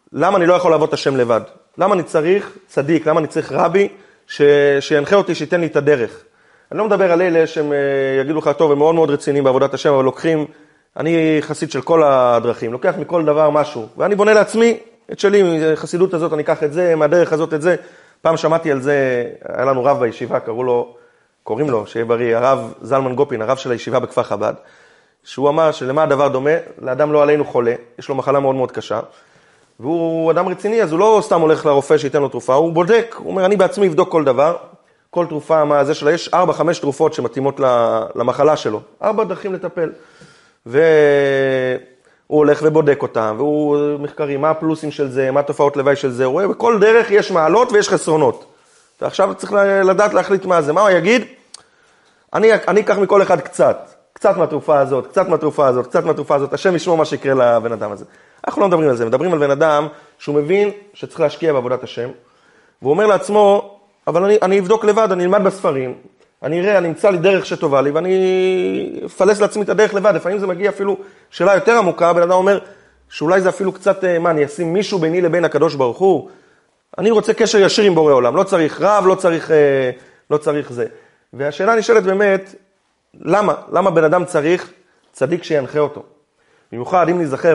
למה אני לא יכול לעבוד את השם לבד? למה אני צריך צדיק? למה אני צריך רבי שינחה אותי, שייתן לי את הדרך? אני לא מדבר על אלה שהם יגידו לך, טוב, הם מאוד מאוד רציניים בעבודת השם, אבל לוקחים, אני חסיד של כל הדרכים, לוקח מכל דבר משהו, ואני בונה לעצמי את שלי, חסידות הזאת, אני אקח את זה, מהדרך הזאת את זה. פעם שמעתי על זה, היה לנו רב בישיבה, קוראים לו, שיהיה בריא, הרב זלמן גופין, הרב של הישיבה בכפר חב"ד, שהוא אמר שלמה הדבר דומה, לאדם לא עלינו חולה, יש לו מחלה מאוד מאוד קשה, והוא אדם רציני, אז הוא לא סתם הולך לרופא שייתן לו תרופה, הוא בודק, הוא אומר, אני בעצמי אבדוק כל דבר, כל תרופה, מה זה שלה, יש 4-5 תרופות שמתאימות למחלה שלו, 4 דרכים לטפל, והוא הולך ובודק אותם, והוא מחקרים, מה הפלוסים של זה, מה התופעות לוואי של זה, הוא רואה, בכל דרך יש מעלות ויש חסרונות, ועכשיו צריך לדעת להחליט מה זה, מה הוא יגיד? אני אקח מכל אחד קצת מהתרופה הזאת, קצת מהתרופה הזאת, קצת מהתרופה הזאת, השם ישמור מה שיקרה לבן אדם הזה. אנחנו לא מדברים על זה, מדברים על בן אדם שהוא מבין שצריך להשקיע בעבודת השם, והוא אומר לעצמו, אבל אני אבדוק לבד, אני אלמד בספרים, אני אראה, אני אמצא לי דרך שטובה לי, ואני אפלס לעצמי את הדרך לבד. לפעמים זה מגיע אפילו שאלה יותר עמוקה, בן אדם אומר, שאולי זה אפילו קצת, אני אשים מישהו ביני לבין הקדוש ברוך הוא, אני רוצה קשר ישיר עם בורא עולם, לא צריך רב, לא צריך זה. והשאלה נשאלת באמת, למה בן אדם צריך צדיק שינחה אותו? במיוחד אם נזכר,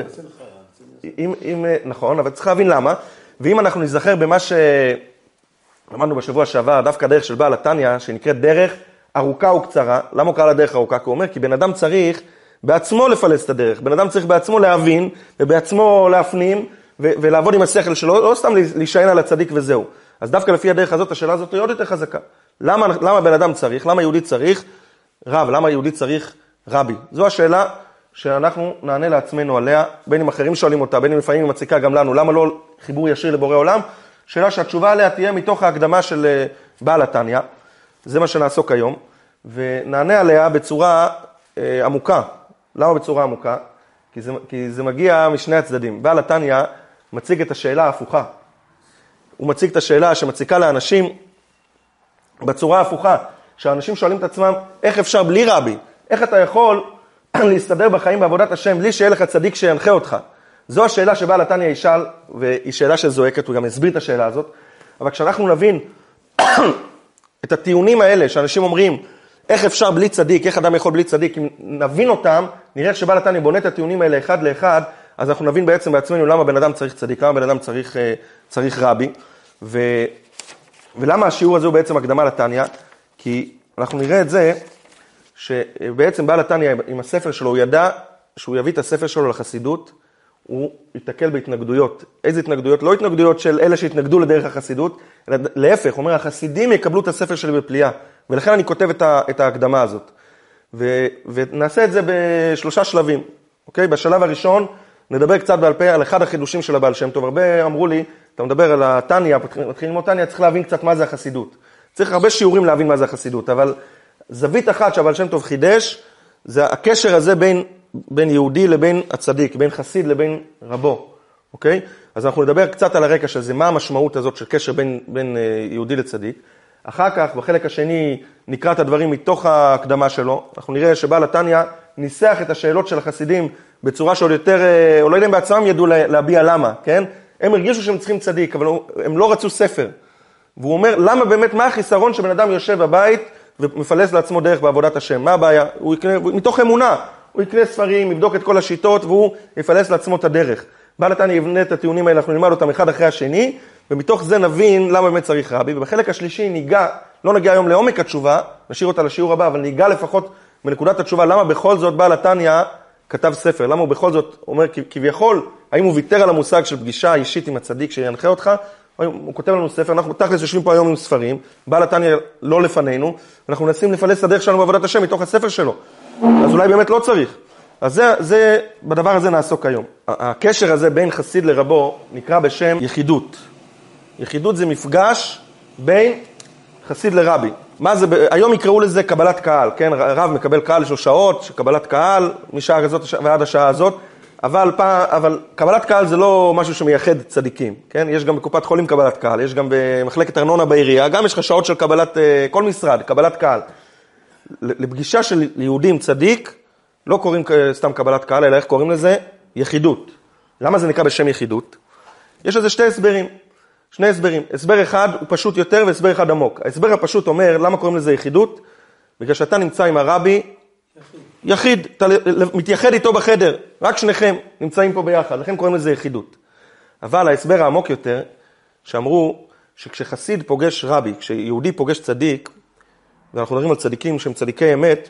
נכון, אבל צריך להבין למה, ואם אנחנו נזכר במה שלמדנו בשבוע שעבר, דווקא הדרך של בעל התניא, שנקראת דרך ארוכה וקצרה. למה הוא קרא לה דרך ארוכה? כי הוא אומר, כי בן אדם צריך בעצמו לפלס את הדרך, בן אדם צריך בעצמו להבין, ובעצמו להפנים, ולעבוד עם השכל שלו, לא סתם להישען על הצדיק וזהו. אז דווקא לפי הדרך הזאת, השאלה הזאת היא עוד יותר חזקה. למה בן אדם צריך? למה יהודי צריך רב? למה יהודי צריך רבי? זו השאלה שאנחנו נענה לעצמנו עליה, בין אם אחרים שואלים אותה, בין אם לפעמים היא מציקה גם לנו, למה לא חיבור ישיר לבורא עולם? שאלה שהתשובה עליה תהיה מתוך ההקדמה של בעל התניא, זה מה שנעסוק היום, ונענה עליה בצורה עמוקה. למה בצורה עמוקה? כי זה מגיע משני הצדדים. בעל התניא מציג את השאלה ההפוכה. הוא מציג את השאלה שמציקה לאנשים בצורה ההפוכה, שהאנשים שואלים את עצמם, איך אפשר בלי רבי? איך אתה יכול להסתדר בחיים בעבודת השם, בלי שיהיה לך צדיק שינחה אותך? זו השאלה שבעל התניא ישאל, והיא שאלה שזועקת, הוא גם הסביר את השאלה הזאת. אבל כשאנחנו נבין את הטיעונים האלה, שאנשים אומרים, איך אפשר בלי צדיק, איך אדם יכול בלי צדיק, אם נבין אותם, נראה שבעל התניא בונה את הטיעונים האלה אחד לאחד, אז אנחנו נבין בעצם בעצמנו למה בן אדם צריך צדיק, למה בן אדם צריך רבי, ולמה השיעור הזה הוא בעצם הקדמה לתניא, כי אנחנו נראה את זה, שבעצם בעל התניא עם הספר שלו, הוא ידע שהוא יביא את הספר שלו לחסידות, הוא יתקל בהתנגדויות. איזה התנגדויות? לא התנגדויות של אלה שהתנגדו לדרך החסידות, אלא להפך, הוא אומר, החסידים יקבלו את הספר שלי בפליאה, ולכן אני כותב את ההקדמה הזאת. ונעשה את זה בשלושה שלבים, אוקיי? בשלב הראשון, נדבר קצת בעל פה על אחד החידושים של הבעל שם טוב. הרבה אמרו לי, אתה מדבר על התניא, מתחיל ללמוד תניא, צריך להבין קצת מה זה החסידות. צריך הרבה שיעורים להבין מה זה החסידות, אבל זווית אחת שהבעל שם טוב חידש, זה הקשר הזה בין יהודי לבין הצדיק, בין חסיד לבין רבו, אוקיי? אז אנחנו נדבר קצת על הרקע של זה, מה המשמעות הזאת של קשר בין יהודי לצדיק. אחר כך, בחלק השני, נקרא את הדברים מתוך ההקדמה שלו. אנחנו נראה שבעל התניא ניסח את השאלות של החסידים בצורה שעוד יותר, או לא יודעים בעצמם ידעו להביע למה, כן? הם הרגישו שהם צריכים צדיק, אבל הם לא רצו ספר. והוא אומר, למה באמת, מה החיסרון שבן אדם יושב בבית ומפלס לעצמו דרך בעבודת השם? מה הבעיה? הוא יקנה, מתוך אמונה, הוא יקנה ספרים, יבדוק את כל השיטות, והוא יפלס לעצמו את הדרך. בעל התניא יבנה את הטיעונים האלה, אנחנו נלמד אותם אחד אחרי השני, ומתוך זה נבין למה באמת צריך רבי. ובחלק השלישי לא נגיע היום לעומק התשובה, נשאיר אותה לשיעור הבא, אבל ניגע לפחות בנקודת התשובה, למה בכל זאת בעל התניא כתב ספר, למה הוא בכל זאת אומר, כביכול, האם הוא ויתר על המושג של פגישה אישית עם הצדיק שינחה אותך, הוא כותב לנו ספר, אנחנו תכלס יושבים פה היום עם ספרים, בעל התניא לא לפנינו, אנחנו מנסים לפלס את הדרך שלנו בעבודת השם מתוך הספר שלו, אז אולי באמת לא צריך. אז בדבר הזה נעסוק היום. הקשר הזה בין חסיד לרבו נקרא בשם יחידות. יחידות זה מפגש בין חסיד לרבי. מה זה? היום יקראו לזה קבלת קהל, כן? רב מקבל קהל, יש לו שעות, קבלת קהל, משעה הזאת ועד השעה הזאת, אבל קבלת קהל זה לא משהו שמייחד צדיקים, כן? יש גם בקופת חולים קבלת קהל, יש גם במחלקת ארנונה בעירייה, גם יש לך שעות של קבלת, כל משרד, קבלת קהל. לפגישה של יהודים צדיק, לא קוראים סתם קבלת קהל, אלא איך קוראים לזה? יחידות. למה זה נקרא בשם יחידות? יש לזה שני הסברים. הסבר אחד הוא פשוט יותר והסבר אחד עמוק. ההסבר הפשוט אומר, למה קוראים לזה יחידות? בגלל שאתה נמצא עם הרבי, יחיד, אתה מתייחד איתו בחדר, רק שניכם נמצאים פה ביחד, לכן קוראים לזה יחידות. אבל ההסבר העמוק יותר, שאמרו שכשחסיד פוגש רבי, כשיהודי פוגש צדיק, ואנחנו מדברים על צדיקים שהם צדיקי אמת,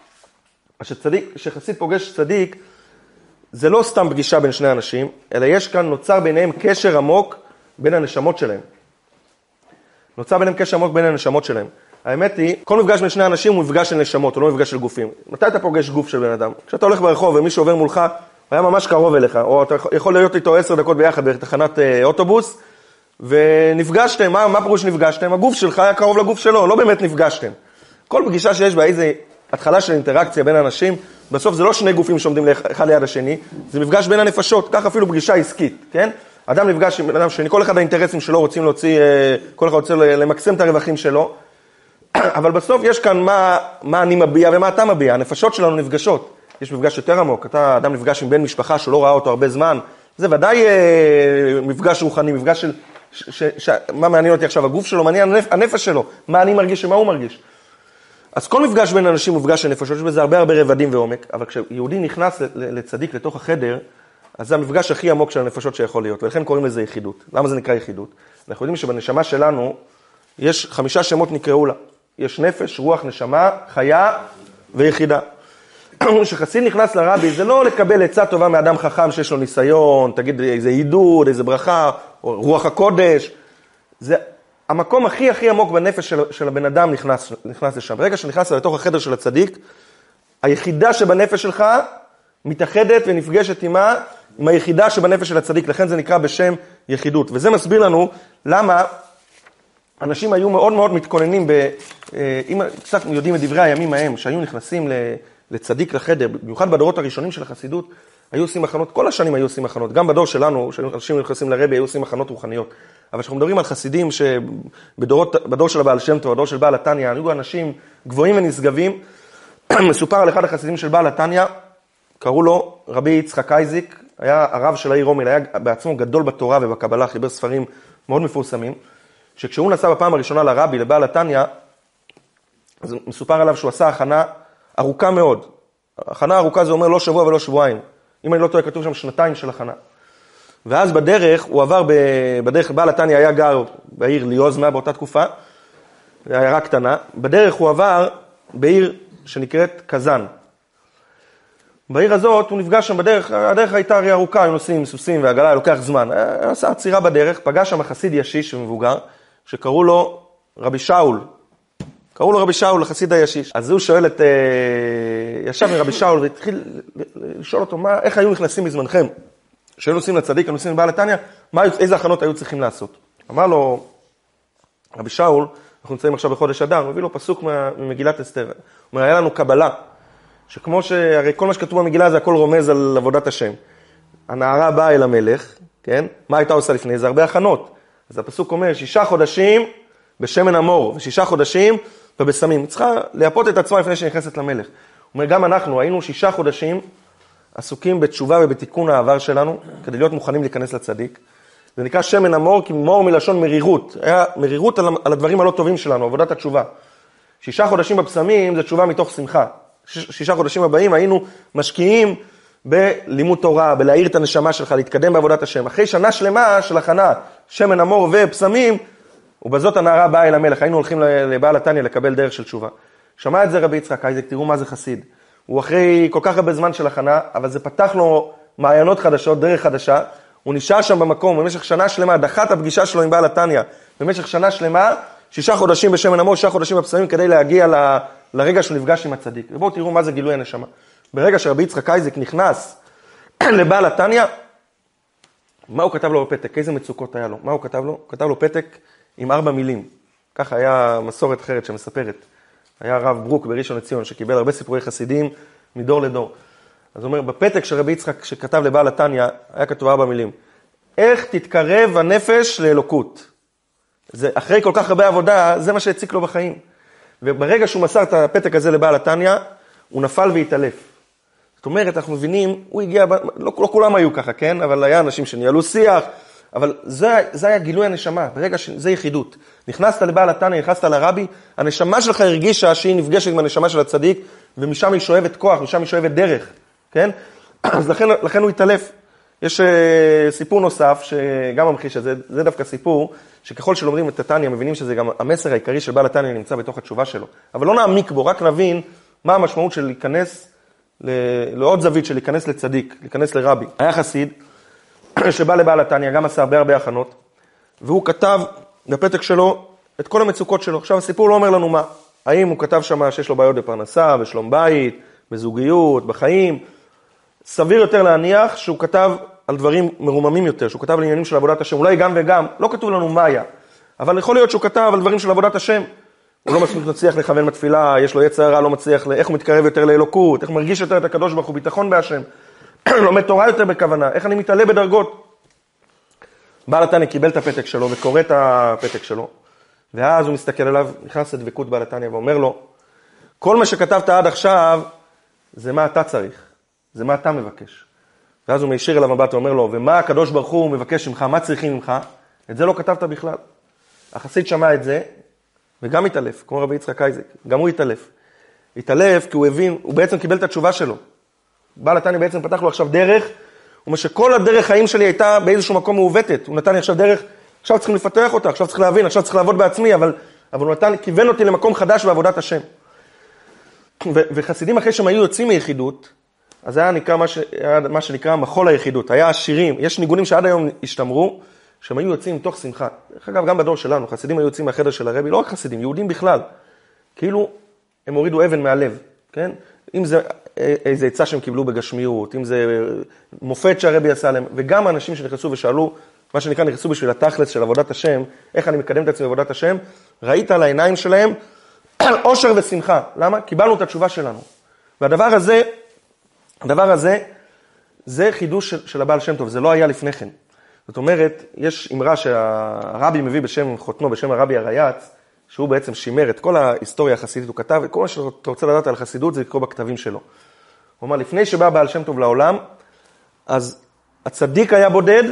כשחסיד פוגש צדיק, זה לא סתם פגישה בין שני אנשים, אלא יש כאן, נוצר ביניהם קשר עמוק בין הנשמות שלהם. נוצר ביניהם קשר עמוק בין הנשמות שלהם. האמת היא, כל מפגש בין שני אנשים הוא מפגש של נשמות, הוא לא מפגש של גופים. מתי אתה פוגש גוף של בן אדם? כשאתה הולך ברחוב ומישהו עובר מולך, הוא היה ממש קרוב אליך, או אתה יכול להיות איתו 10 דקות ביחד בתחנת אוטובוס, ונפגשתם, מה פירוש נפגשתם? הגוף שלך היה קרוב לגוף שלו, לא באמת נפגשתם. כל פגישה שיש בה איזה התחלה של אינטראקציה בין אנשים, בסוף זה לא שני גופים שעומדים אחד ליד השני, זה מפגש בין הנפשות, כך אפילו פגישה עסקית, כן? אדם נפגש עם אדם שני, כל אחד האינטרסים שלו רוצים להוציא, כל אחד רוצה למקסם את הרווחים שלו, אבל בסוף יש כאן מה אני מביע ומה אתה מביע, הנפשות שלנו נפגשות, יש מפגש יותר עמוק, אתה אדם נפגש עם בן משפחה שהוא לא ראה אותו הרבה זמן, זה ודאי מפגש רוחני, מפגש של, מה מעניין אותי עכשיו, הגוף שלו, מעניין הנפש שלו, מה אני מרגיש ומה הוא מרגיש. אז כל מפגש בין אנשים הוא מפגש של נפשות, יש בזה הרבה רבדים ועומק, אבל כשיהודי נכנס לצדיק לתוך החדר, אז זה המפגש הכי עמוק של הנפשות שיכול להיות, ולכן קוראים לזה יחידות. למה זה נקרא יחידות? אנחנו יודעים שבנשמה שלנו יש 5 שמות נקראו לה. יש נפש, רוח, נשמה, חיה ויחידה. כשחסיד נכנס לרבי, זה לא לקבל עצה טובה מאדם חכם שיש לו ניסיון, תגיד איזה עידוד, איזה ברכה, או רוח הקודש. זה המקום הכי עמוק בנפש של הבן אדם נכנס לשם. ברגע שנכנס לתוך החדר של הצדיק, היחידה שבנפש שלך מתאחדת ונפגשת עם היחידה שבנפש של הצדיק, לכן זה נקרא בשם יחידות. וזה מסביר לנו למה אנשים היו מאוד מאוד מתכוננים, אם קצת יודעים את דברי הימים ההם, שהיו נכנסים לצדיק לחדר, במיוחד בדורות הראשונים של החסידות, היו עושים מחנות, כל השנים היו עושים מחנות, גם בדור שלנו, שאנשים נכנסים לרבי, היו עושים מחנות רוחניות. אבל כשאנחנו מדברים על חסידים שבדור של הבעל שם טוב, בדור של בעל התניא, היו אנשים גבוהים ונשגבים, מסופר על אחד החסידים של בעל התניא, קראו לו רבי יצחק אייזיק, היה הרב של העיר רומל, היה בעצמו גדול בתורה ובקבלה, חיבר ספרים מאוד מפורסמים, שכשהוא נסע בפעם הראשונה לרבי, לבעל התניא, אז מסופר עליו שהוא עשה הכנה ארוכה מאוד. הכנה ארוכה זה אומר לא שבוע ולא שבועיים. אם אני לא טועה, כתוב שם 2 של הכנה. ואז בדרך, הוא עבר בדרך, בעל התניא היה גר בעיר ליוזמה באותה תקופה, עיירה קטנה. בדרך הוא עבר בעיר שנקראת קזן. בעיר הזאת הוא נפגש שם בדרך, הדרך הייתה הרי ארוכה, היו נוסעים עם סוסים ועגלה, לוקח זמן. עשה עצירה בדרך, פגש שם חסיד ישיש ומבוגר, שקראו לו רבי שאול. קראו לו רבי שאול, החסיד הישיש. אז הוא שואל ישב מרבי שאול והתחיל לשאול אותו, איך היו נכנסים בזמנכם? שהיו נוסעים לצדיק, היו נוסעים לבעל התניא, איזה הכנות היו צריכים לעשות? אמר לו, רבי שאול, אנחנו נמצאים עכשיו בחודש אדר, הוא הביא לו פסוק ממגילת אסתר. הוא אומר, היה לנו קבלה, שכמו הרי כל מה שכתוב במגילה זה הכל רומז על עבודת השם. הנערה באה אל המלך, כן? מה הייתה עושה לפני? זה הרבה הכנות. אז הפסוק אומר, 6 חודשים בשמן המור, ו6 חודשים ובסמים. צריכה להפות את עצמה לפני שנכנסת למלך. הוא אומר, גם אנחנו היינו 6 חודשים עסוקים בתשובה ובתיקון העבר שלנו, כדי להיות מוכנים להיכנס לצדיק. זה נקרא שמן המור, כי מור מלשון מרירות. היה מרירות על הדברים הלא טובים שלנו, עבודת התשובה. 6 חודשים בבשמים זה תשובה מתוך שמחה. 6 חודשים הבאים היינו משקיעים בלימוד תורה, בלהאיר את הנשמה שלך, להתקדם בעבודת השם. אחרי שנה שלמה של הכנה, שמן המור ובשמים, ובזאת הנערה באה אל המלך. היינו הולכים לבעל התניא לקבל דרך של תשובה. שמע את זה רבי יצחק אייזיק, תראו מה זה חסיד. הוא אחרי כל כך הרבה זמן של הכנה, אבל זה פתח לו מעיינות חדשות, דרך חדשה. הוא נשאר שם במקום, במשך שנה שלמה, דחה את הפגישה שלו עם בעל התניא. במשך שנה שלמה, 6 חודשים בשמן המור, 6 חודשים בבשמים, כדי להגיע לרגע שהוא נפגש עם הצדיק. ובואו תראו מה זה גילוי הנשמה. ברגע שרבי יצחק אייזיק נכנס לבעל התניא, מה הוא כתב לו בפתק? איזה מצוקות היה לו? מה הוא כתב לו? הוא כתב לו פתק עם 4 מילים. ככה היה מסורת אחרת שמספרת. היה הרב ברוק בראשון לציון, שקיבל הרבה סיפורי חסידים מדור לדור. אז הוא אומר, בפתק של רבי יצחק שכתב לבעל התניא, היה כתוב 4 מילים. איך תתקרב הנפש לאלוקות? זה, אחרי כל כך הרבה עבודה, זה מה שהציק לו בחיים. וברגע שהוא מסר את הפתק הזה לבעל התניא, הוא נפל והתעלף. זאת אומרת, אנחנו מבינים, הוא הגיע, לא כולם היו ככה, כן? אבל היה אנשים שניהלו שיח, אבל זה היה גילוי הנשמה, ברגע שזה יחידות. נכנסת לבעל התניא, נכנסת לרבי, הנשמה שלך הרגישה שהיא נפגשת עם הנשמה של הצדיק, ומשם היא שואבת כוח, משם היא שואבת דרך, כן? אז לכן הוא התעלף. יש סיפור נוסף, שגם ממחיש את זה, זה דווקא סיפור, שככל שלומדים את התניא, מבינים שזה גם המסר העיקרי של בעל התניא נמצא בתוך התשובה שלו. אבל לא נעמיק בו, רק נבין מה המשמעות של להיכנס, לעוד זווית של להיכנס לצדיק, להיכנס לרבי. היה חסיד, שבא לבעל התניא, גם עשה הרבה הכנות, והוא כתב בפתק שלו את כל המצוקות שלו. עכשיו הסיפור לא אומר לנו מה, האם הוא כתב שם שיש לו בעיות בפרנסה, בשלום בית, בזוגיות, בחיים. סביר יותר להניח שהוא כתב על דברים מרוממים יותר, שהוא כתב על עניינים של עבודת השם, אולי גם וגם, לא כתוב לנו מה היה, אבל יכול להיות שהוא כתב על דברים של עבודת השם. הוא לא מספיק מצליח לכוון בתפילה, יש לו יצר הרע, לא מצליח, איך הוא מתקרב יותר לאלוקות, איך הוא מרגיש יותר את הקדוש ברוך הוא, ביטחון בהשם, לומד תורה יותר בכוונה, איך אני מתעלה בדרגות. בעל התניא קיבל את הפתק שלו וקורא את הפתק שלו, ואז הוא מסתכל עליו, נכנס לדבקות בעל התניא ואומר לו, כל מה שכתבת עד עכשיו, זה מה אתה צריך, זה מה אתה מבקש. ואז הוא מישיר אליו מבט ואומר לו, ומה הקדוש ברוך הוא מבקש ממך, מה צריכים ממך? את זה לא כתבת בכלל. החסיד שמע את זה, וגם התעלף, כמו רבי יצחק אייזק, גם הוא התעלף. התעלף כי הוא הבין, הוא בעצם קיבל את התשובה שלו. בעל התניא בעצם פתח לו עכשיו דרך, הוא אומר שכל הדרך חיים שלי הייתה באיזשהו מקום מעוותת. הוא נתן לי עכשיו דרך, עכשיו צריכים לפתח אותה, עכשיו צריך להבין, עכשיו צריך לעבוד בעצמי, אבל הוא נתן, כיוון אותי למקום חדש בעבודת השם. וחסידים אחרי שהם היו יוצאים מיחידות, אז היה מה שנקרא מחול היחידות, היה שירים, יש ניגונים שעד היום השתמרו, שהם היו יוצאים מתוך שמחה. דרך אגב, גם בדור שלנו, חסידים היו יוצאים מהחדר של הרבי, לא רק חסידים, יהודים בכלל. כאילו הם הורידו אבן מהלב, כן? אם זה איזה עצה שהם קיבלו בגשמיות, אם זה מופת שהרבי עשה להם, וגם האנשים שנכנסו ושאלו, מה שנקרא נכנסו בשביל התכלס של עבודת השם, איך אני מקדם את עצמי בעבודת השם, ראית על העיניים שלהם אושר ושמחה. למה? קיבלנו את התשובה שלנו. והדבר הזה, זה חידוש של הבעל שם טוב, זה לא היה לפני כן. זאת אומרת, יש אמרה שהרבי מביא בשם חותנו, בשם הרבי הרייץ, שהוא בעצם שימר את כל ההיסטוריה החסידית, הוא כתב, וכל מה שאתה רוצה לדעת על חסידות זה לקרוא בכתבים שלו. הוא אומר, לפני שבא בעל שם טוב לעולם, אז הצדיק היה בודד,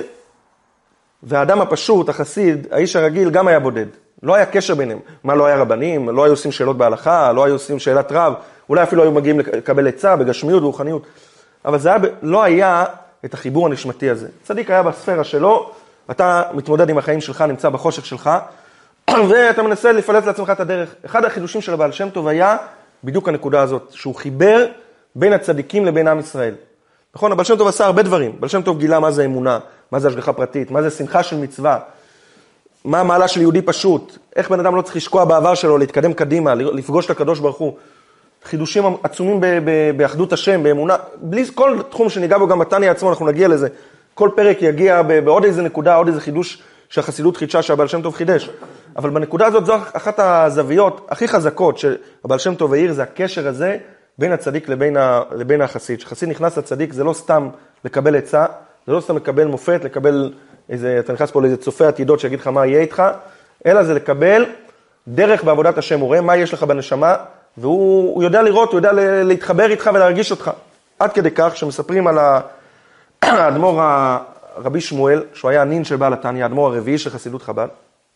והאדם הפשוט, החסיד, האיש הרגיל, גם היה בודד. לא היה קשר ביניהם. מה, לא היה רבנים, לא היו עושים שאלות בהלכה, לא היו עושים שאלת רב, אולי אפילו היו מגיעים לקבל עצה בגשמיות ורוחניות. אבל זה לא היה את החיבור הנשמתי הזה. צדיק היה בספירה שלו, אתה מתמודד עם החיים שלך, נמצא בחושך שלך, ואתה מנסה לפלט לעצמך את הדרך. אחד החידושים של הבעל שם טוב היה בדיוק הנקודה הזאת, שהוא חיבר בין הצדיקים לבין עם ישראל. נכון, הבעל שם טוב עשה הרבה דברים. הבעל שם טוב גילה מה זה אמונה, מה זה השגחה פרטית, מה זה שמחה של מצווה, מה המעלה של יהודי פשוט, איך בן אדם לא צריך לשקוע בעבר שלו, להתקדם קדימה, לפגוש את הקדוש ברוך הוא. חידושים עצומים באחדות השם, באמונה, בלי כל תחום שניגע בו גם בתניא עצמו, אנחנו נגיע לזה. כל פרק יגיע בעוד איזה נקודה, עוד איזה חידוש שהחסידות חידשה, שהבעל שם טוב חידש. אבל בנקודה הזאת זו אחת הזוויות הכי חזקות שהבעל שם טוב העיר, זה הקשר הזה בין הצדיק לבין החסיד. כשחסיד נכנס לצדיק, זה לא סתם לקבל עצה, זה לא סתם לקבל מופת, לקבל איזה, אתה נכנס פה לאיזה צופה עתידות שיגיד לך מה יהיה איתך, אלא זה לקבל דרך בעבודת השם, הוא רואה מה יש לך בנשמה, והוא יודע לראות, הוא יודע להתחבר איתך ולהרגיש אותך. עד כדי כך שמספרים על האדמו"ר רבי שמואל, שהוא היה הנין של בעל התניא, האדמו"ר הרביעי של חסידות חב"ד,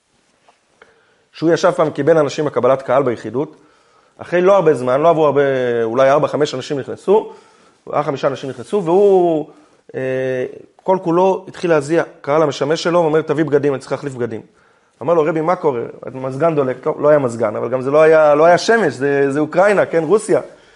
שהוא ישב פעם קיבל אנשים בקבלת קהל ביחידות, אחרי לא הרבה זמן, לא עברו הרבה, אולי 4-5 אנשים נכנסו, 4-5 אנשים נכנסו, והוא כל כולו התחיל להזיע, קרא למשמש שלו, ואומר, תביא בגדים, אני צריך להחליף בגדים. אמר לו, רבי, מה קורה? מזגן דולק, לא היה מזגן, אבל גם זה לא היה שמש, זה אוקראינה, כן, רוסיה.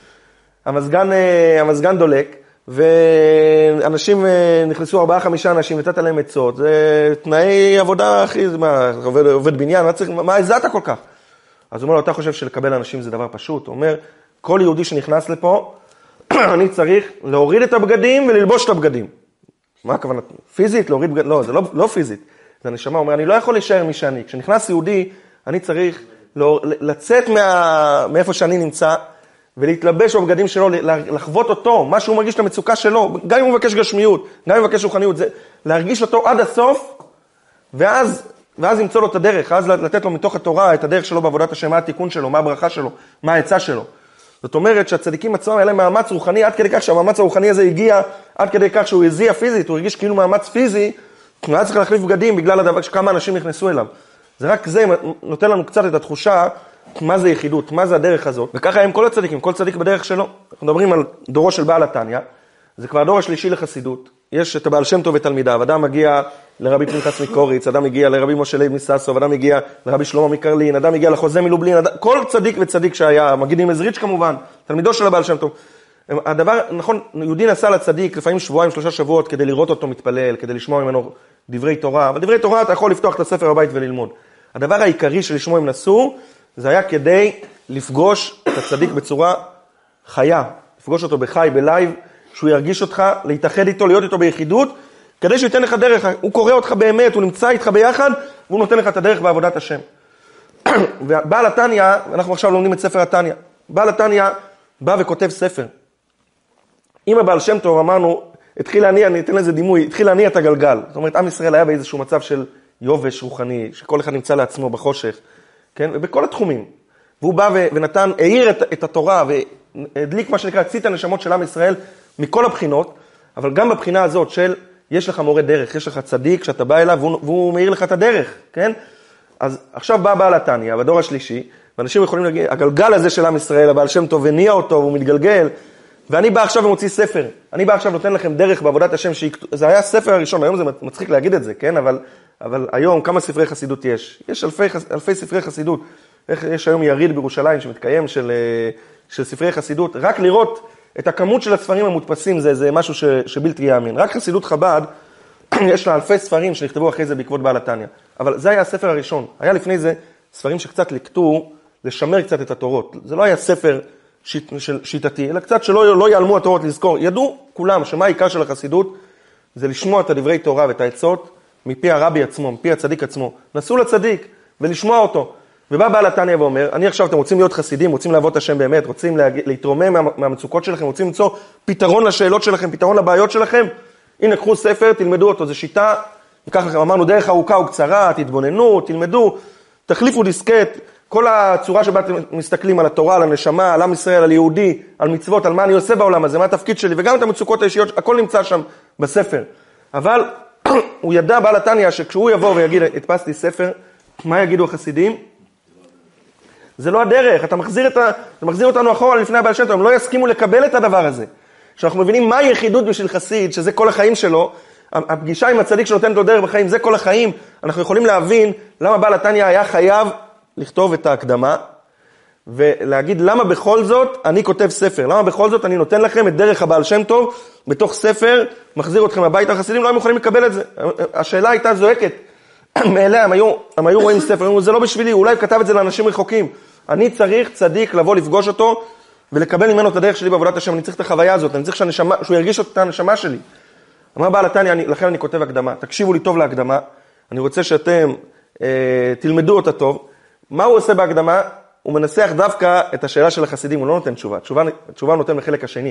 המזגן דולק, ואנשים נכנסו 4-5 אנשים, נתת להם עצות, זה תנאי עבודה, אחי, מה, עובד בניין, מה הזעת כל כך? אז הוא אומר לו, אתה חושב שלקבל אנשים זה דבר פשוט? הוא אומר, כל יהודי שנכנס לפה, אני צריך להוריד את הבגדים וללבוש את הבגדים. מה הכוונה? פיזית? להוריד בגדים? לא, זה לא פיזית. זה הנשמה, אומר, אני לא יכול להישאר מי שאני. כשנכנס יהודי, אני צריך לצאת מאיפה שאני נמצא, ולהתלבש בבגדים שלו, לחוות אותו, מה שהוא מרגיש את המצוקה שלו, גם אם הוא מבקש גשמיות, גם אם הוא מבקש רוחניות, זה להרגיש אותו עד הסוף, ואז למצוא לו את הדרך, אז לתת לו מתוך התורה את הדרך שלו בעבודת השם, מה התיקון שלו, מה הברכה שלו, מה העצה שלו. זאת אומרת שהצדיקים עצמם היה להם מאמץ רוחני, עד כדי כך שהמאמץ הרוחני הזה הגיע, עד כדי כך שהוא הזיע פיזית, הוא הרגיש כאילו מאמץ פיזי, הוא היה צריך להחליף בגדים בגלל הדבר שכמה אנשים נכנסו אליו. זה רק זה נותן לנו קצת את התחושה מה זה יחידות, מה זה הדרך הזאת. וככה הם כל הצדיקים, כל צדיק בדרך שלו. אנחנו מדברים על דורו של בעל התניא, זה כבר הדור השלישי לחסידות. יש את הבעל שם טוב ותלמידיו, אדם מגיע לרבי פנחס מקוריץ, אדם מגיע לרבי משה לייב מסאסוב, אדם מגיע לרבי שלמה מקרלין, אדם מגיע לחוזה מלובלין, כל צדיק וצדיק שהיה, מגיד עם עזריץ' כמובן, תלמידו של הבעל שם טוב. הדבר, נכון, יהודי נסע לצדיק לפעמים שבועיים, 3 שבועות כדי לראות אותו מתפלל, כדי לשמוע ממנו דברי תורה, אבל דברי תורה אתה יכול לפתוח את הספר בבית וללמוד. הדבר העיקרי שלשמו הם נסעו, זה היה כדי לפגוש את הצדיק בצורה חיה, לפגוש אותו בחי, בלייב, שהוא ירגיש אותך, להתאחד איתו, להיות איתו ביחידות, כדי שהוא ייתן לך דרך, הוא קורא אותך באמת, הוא נמצא איתך ביחד, והוא נותן לך את הדרך בעבודת השם. ובעל התניא, אנחנו עכשיו לומדים את ספר התניא, בעל התניא בא וכותב ספר. אם הבעל שם טוב, אמרנו, התחיל להניע, אני אתן לזה דימוי, התחיל להניע את הגלגל. זאת אומרת, עם ישראל היה באיזשהו מצב של יובש רוחני, שכל אחד נמצא לעצמו בחושך, כן? ובכל התחומים. והוא בא ונתן, העיר את התורה, והדליק מה שנקרא, צית הנשמות של עם ישראל, מכל הבחינות, אבל גם בבחינה הזאת של, יש לך מורה דרך, יש לך צדיק שאתה בא אליו, והוא מאיר לך את הדרך, כן? אז עכשיו בא בעל התניא, בדור השלישי, ואנשים יכולים להגיד, הגלגל הזה של עם ישראל, הבעל שם טוב, הניע אותו, והוא מתגלגל, ואני בא עכשיו ומוציא ספר, אני בא עכשיו נותן לכם דרך בעבודת השם, זה היה הספר הראשון, היום זה מצחיק להגיד את זה, כן? אבל היום כמה ספרי חסידות יש? יש אלפי ספרי חסידות, יש היום יריד בירושלים שמתקיים של ספרי חסידות, רק לראות את הכמות של הספרים המודפסים, זה משהו שבלתי יאמין. רק חסידות חב"ד, יש לה אלפי ספרים שנכתבו אחרי זה בעקבות בעל התניא. אבל זה היה הספר הראשון. היה לפני זה ספרים שקצת לקטו, לשמר קצת את התורות. זה לא היה ספר שיטתי, אלא קצת שלא יעלמו התורות לזכור. ידעו כולם שמה העיקר של החסידות, זה לשמוע את הדברי תורה ואת העצות מפי הרבי עצמו, מפי הצדיק עצמו. נסו לצדיק ולשמוע אותו. ובא בעל התניא ואומר, אני עכשיו, אתם רוצים להיות חסידים, רוצים לעבוד את השם באמת, רוצים להתרומם מהמצוקות שלכם, רוצים למצוא פתרון לשאלות שלכם, פתרון לבעיות שלכם, הנה, קחו ספר, תלמדו אותו, זו שיטה, וכך לכם, אמרנו, דרך ארוכה וקצרה, תתבוננו, תלמדו, תחליפו דיסקט, כל הצורה שבה אתם מסתכלים על התורה, על הנשמה, על עם ישראל, על יהודי, על מצוות, על מה אני עושה בעולם הזה, מה התפקיד שלי, וגם את המצוקות האישיות, הכל נמצא שם בספר. אבל הוא ידע בעל התניא שכשהוא יבוא ויגיד, הדפסתי ספר, מה יגידו החסידים? זה לא הדרך, אתה מחזיר אותנו אחורה לפני הבעל שם טוב, הם לא יסכימו לקבל את הדבר הזה. כשאנחנו מבינים מה יחידות בשביל חסיד, שזה כל החיים שלו, הפגישה עם הצדיק שנותנת לו דרך בחיים, זה כל החיים, אנחנו יכולים להבין למה בעל התניא היה חייב לכתוב את ההקדמה, ולהגיד למה בכל זאת אני כותב ספר, למה בכל זאת אני נותן לכם את דרך הבעל שם טוב, בתוך ספר, מחזיר אתכם הביתה, החסידים לא הם יכולים לקבל את זה. השאלה הייתה זועקת, מאליה, הם היו רואים ספר, זה לא בשבילי, אולי הוא כתב את זה לאנשים רחוקים. אני צריך צדיק לבוא לפגוש אותו, ולקבל ממנו את הדרך שלי בעבודת השם, אני צריך את החוויה הזאת, אני צריך שהוא ירגיש את הנשמה שלי. אמר בעל התניא, לכן אני כותב הקדמה, תקשיבו לי טוב להקדמה, אני רוצה שאתם תלמדו אותה טוב. מה הוא עושה בהקדמה? הוא מנסח דווקא את השאלה של החסידים, הוא לא נותן תשובה, תשובה הוא נותן בחלק השני.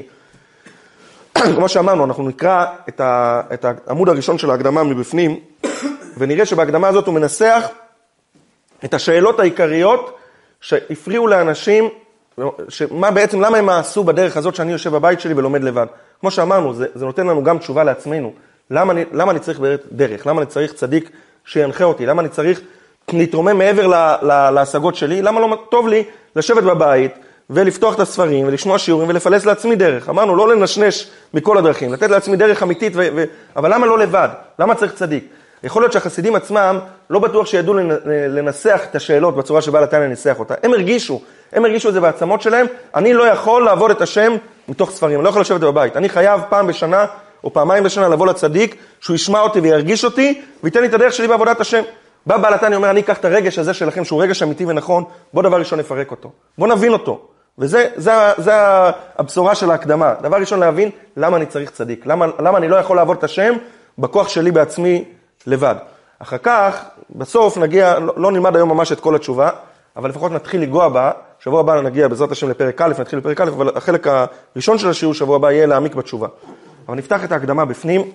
כמו שאמרנו, אנחנו נקרא את העמוד הראשון של ההקדמה מבפנים, ונראה שבהקדמה הזאת הוא מנסח את השאלות העיקריות שהפריעו לאנשים, שמה בעצם, למה הם עשו בדרך הזאת שאני יושב בבית שלי ולומד לבד. כמו שאמרנו, זה נותן לנו גם תשובה לעצמנו. למה אני צריך דרך? למה אני צריך צדיק שינחה אותי? למה אני צריך להתרומם מעבר להשגות שלי? למה לא טוב לי לשבת בבית ולפתוח את הספרים ולשמוע שיעורים ולפלס לעצמי דרך? אמרנו, לא לנשנש מכל הדרכים, לתת לעצמי דרך אמיתית, אבל למה לא לבד? למה צריך צדיק? יכול להיות שהחסידים עצמם לא בטוח שידעו לנסח את השאלות בצורה שבעל התניא ניסח אותה. הם הרגישו את זה בעצמות שלהם. אני לא יכול לעבוד את השם מתוך ספרים, אני לא יכול לשבת בבית. אני חייב פעם בשנה או פעמיים בשנה לבוא לצדיק, שהוא ישמע אותי וירגיש אותי, וייתן לי את הדרך שלי בעבודת השם. בא בעל התניא אומר, אני אקח את הרגש הזה שלכם, שהוא רגש אמיתי ונכון, בוא דבר ראשון נפרק אותו. בוא נבין אותו. וזה הבשורה של ההקדמה. דבר ראשון להבין למה אני צריך צדיק. למה אני לא יכול לעבוד את השם בכוח שלי בעצמי לבד. אחר כך, בסוף נגיע, לא נלמד היום ממש את כל התשובה, אבל לפחות נתחיל לגוע בה. שבוע הבא נגיע בעזרת השם לפרק א', נתחיל לפרק א', אבל החלק הראשון של השיעור שבוע הבא יהיה להעמיק בתשובה. אבל נפתח את ההקדמה בפנים,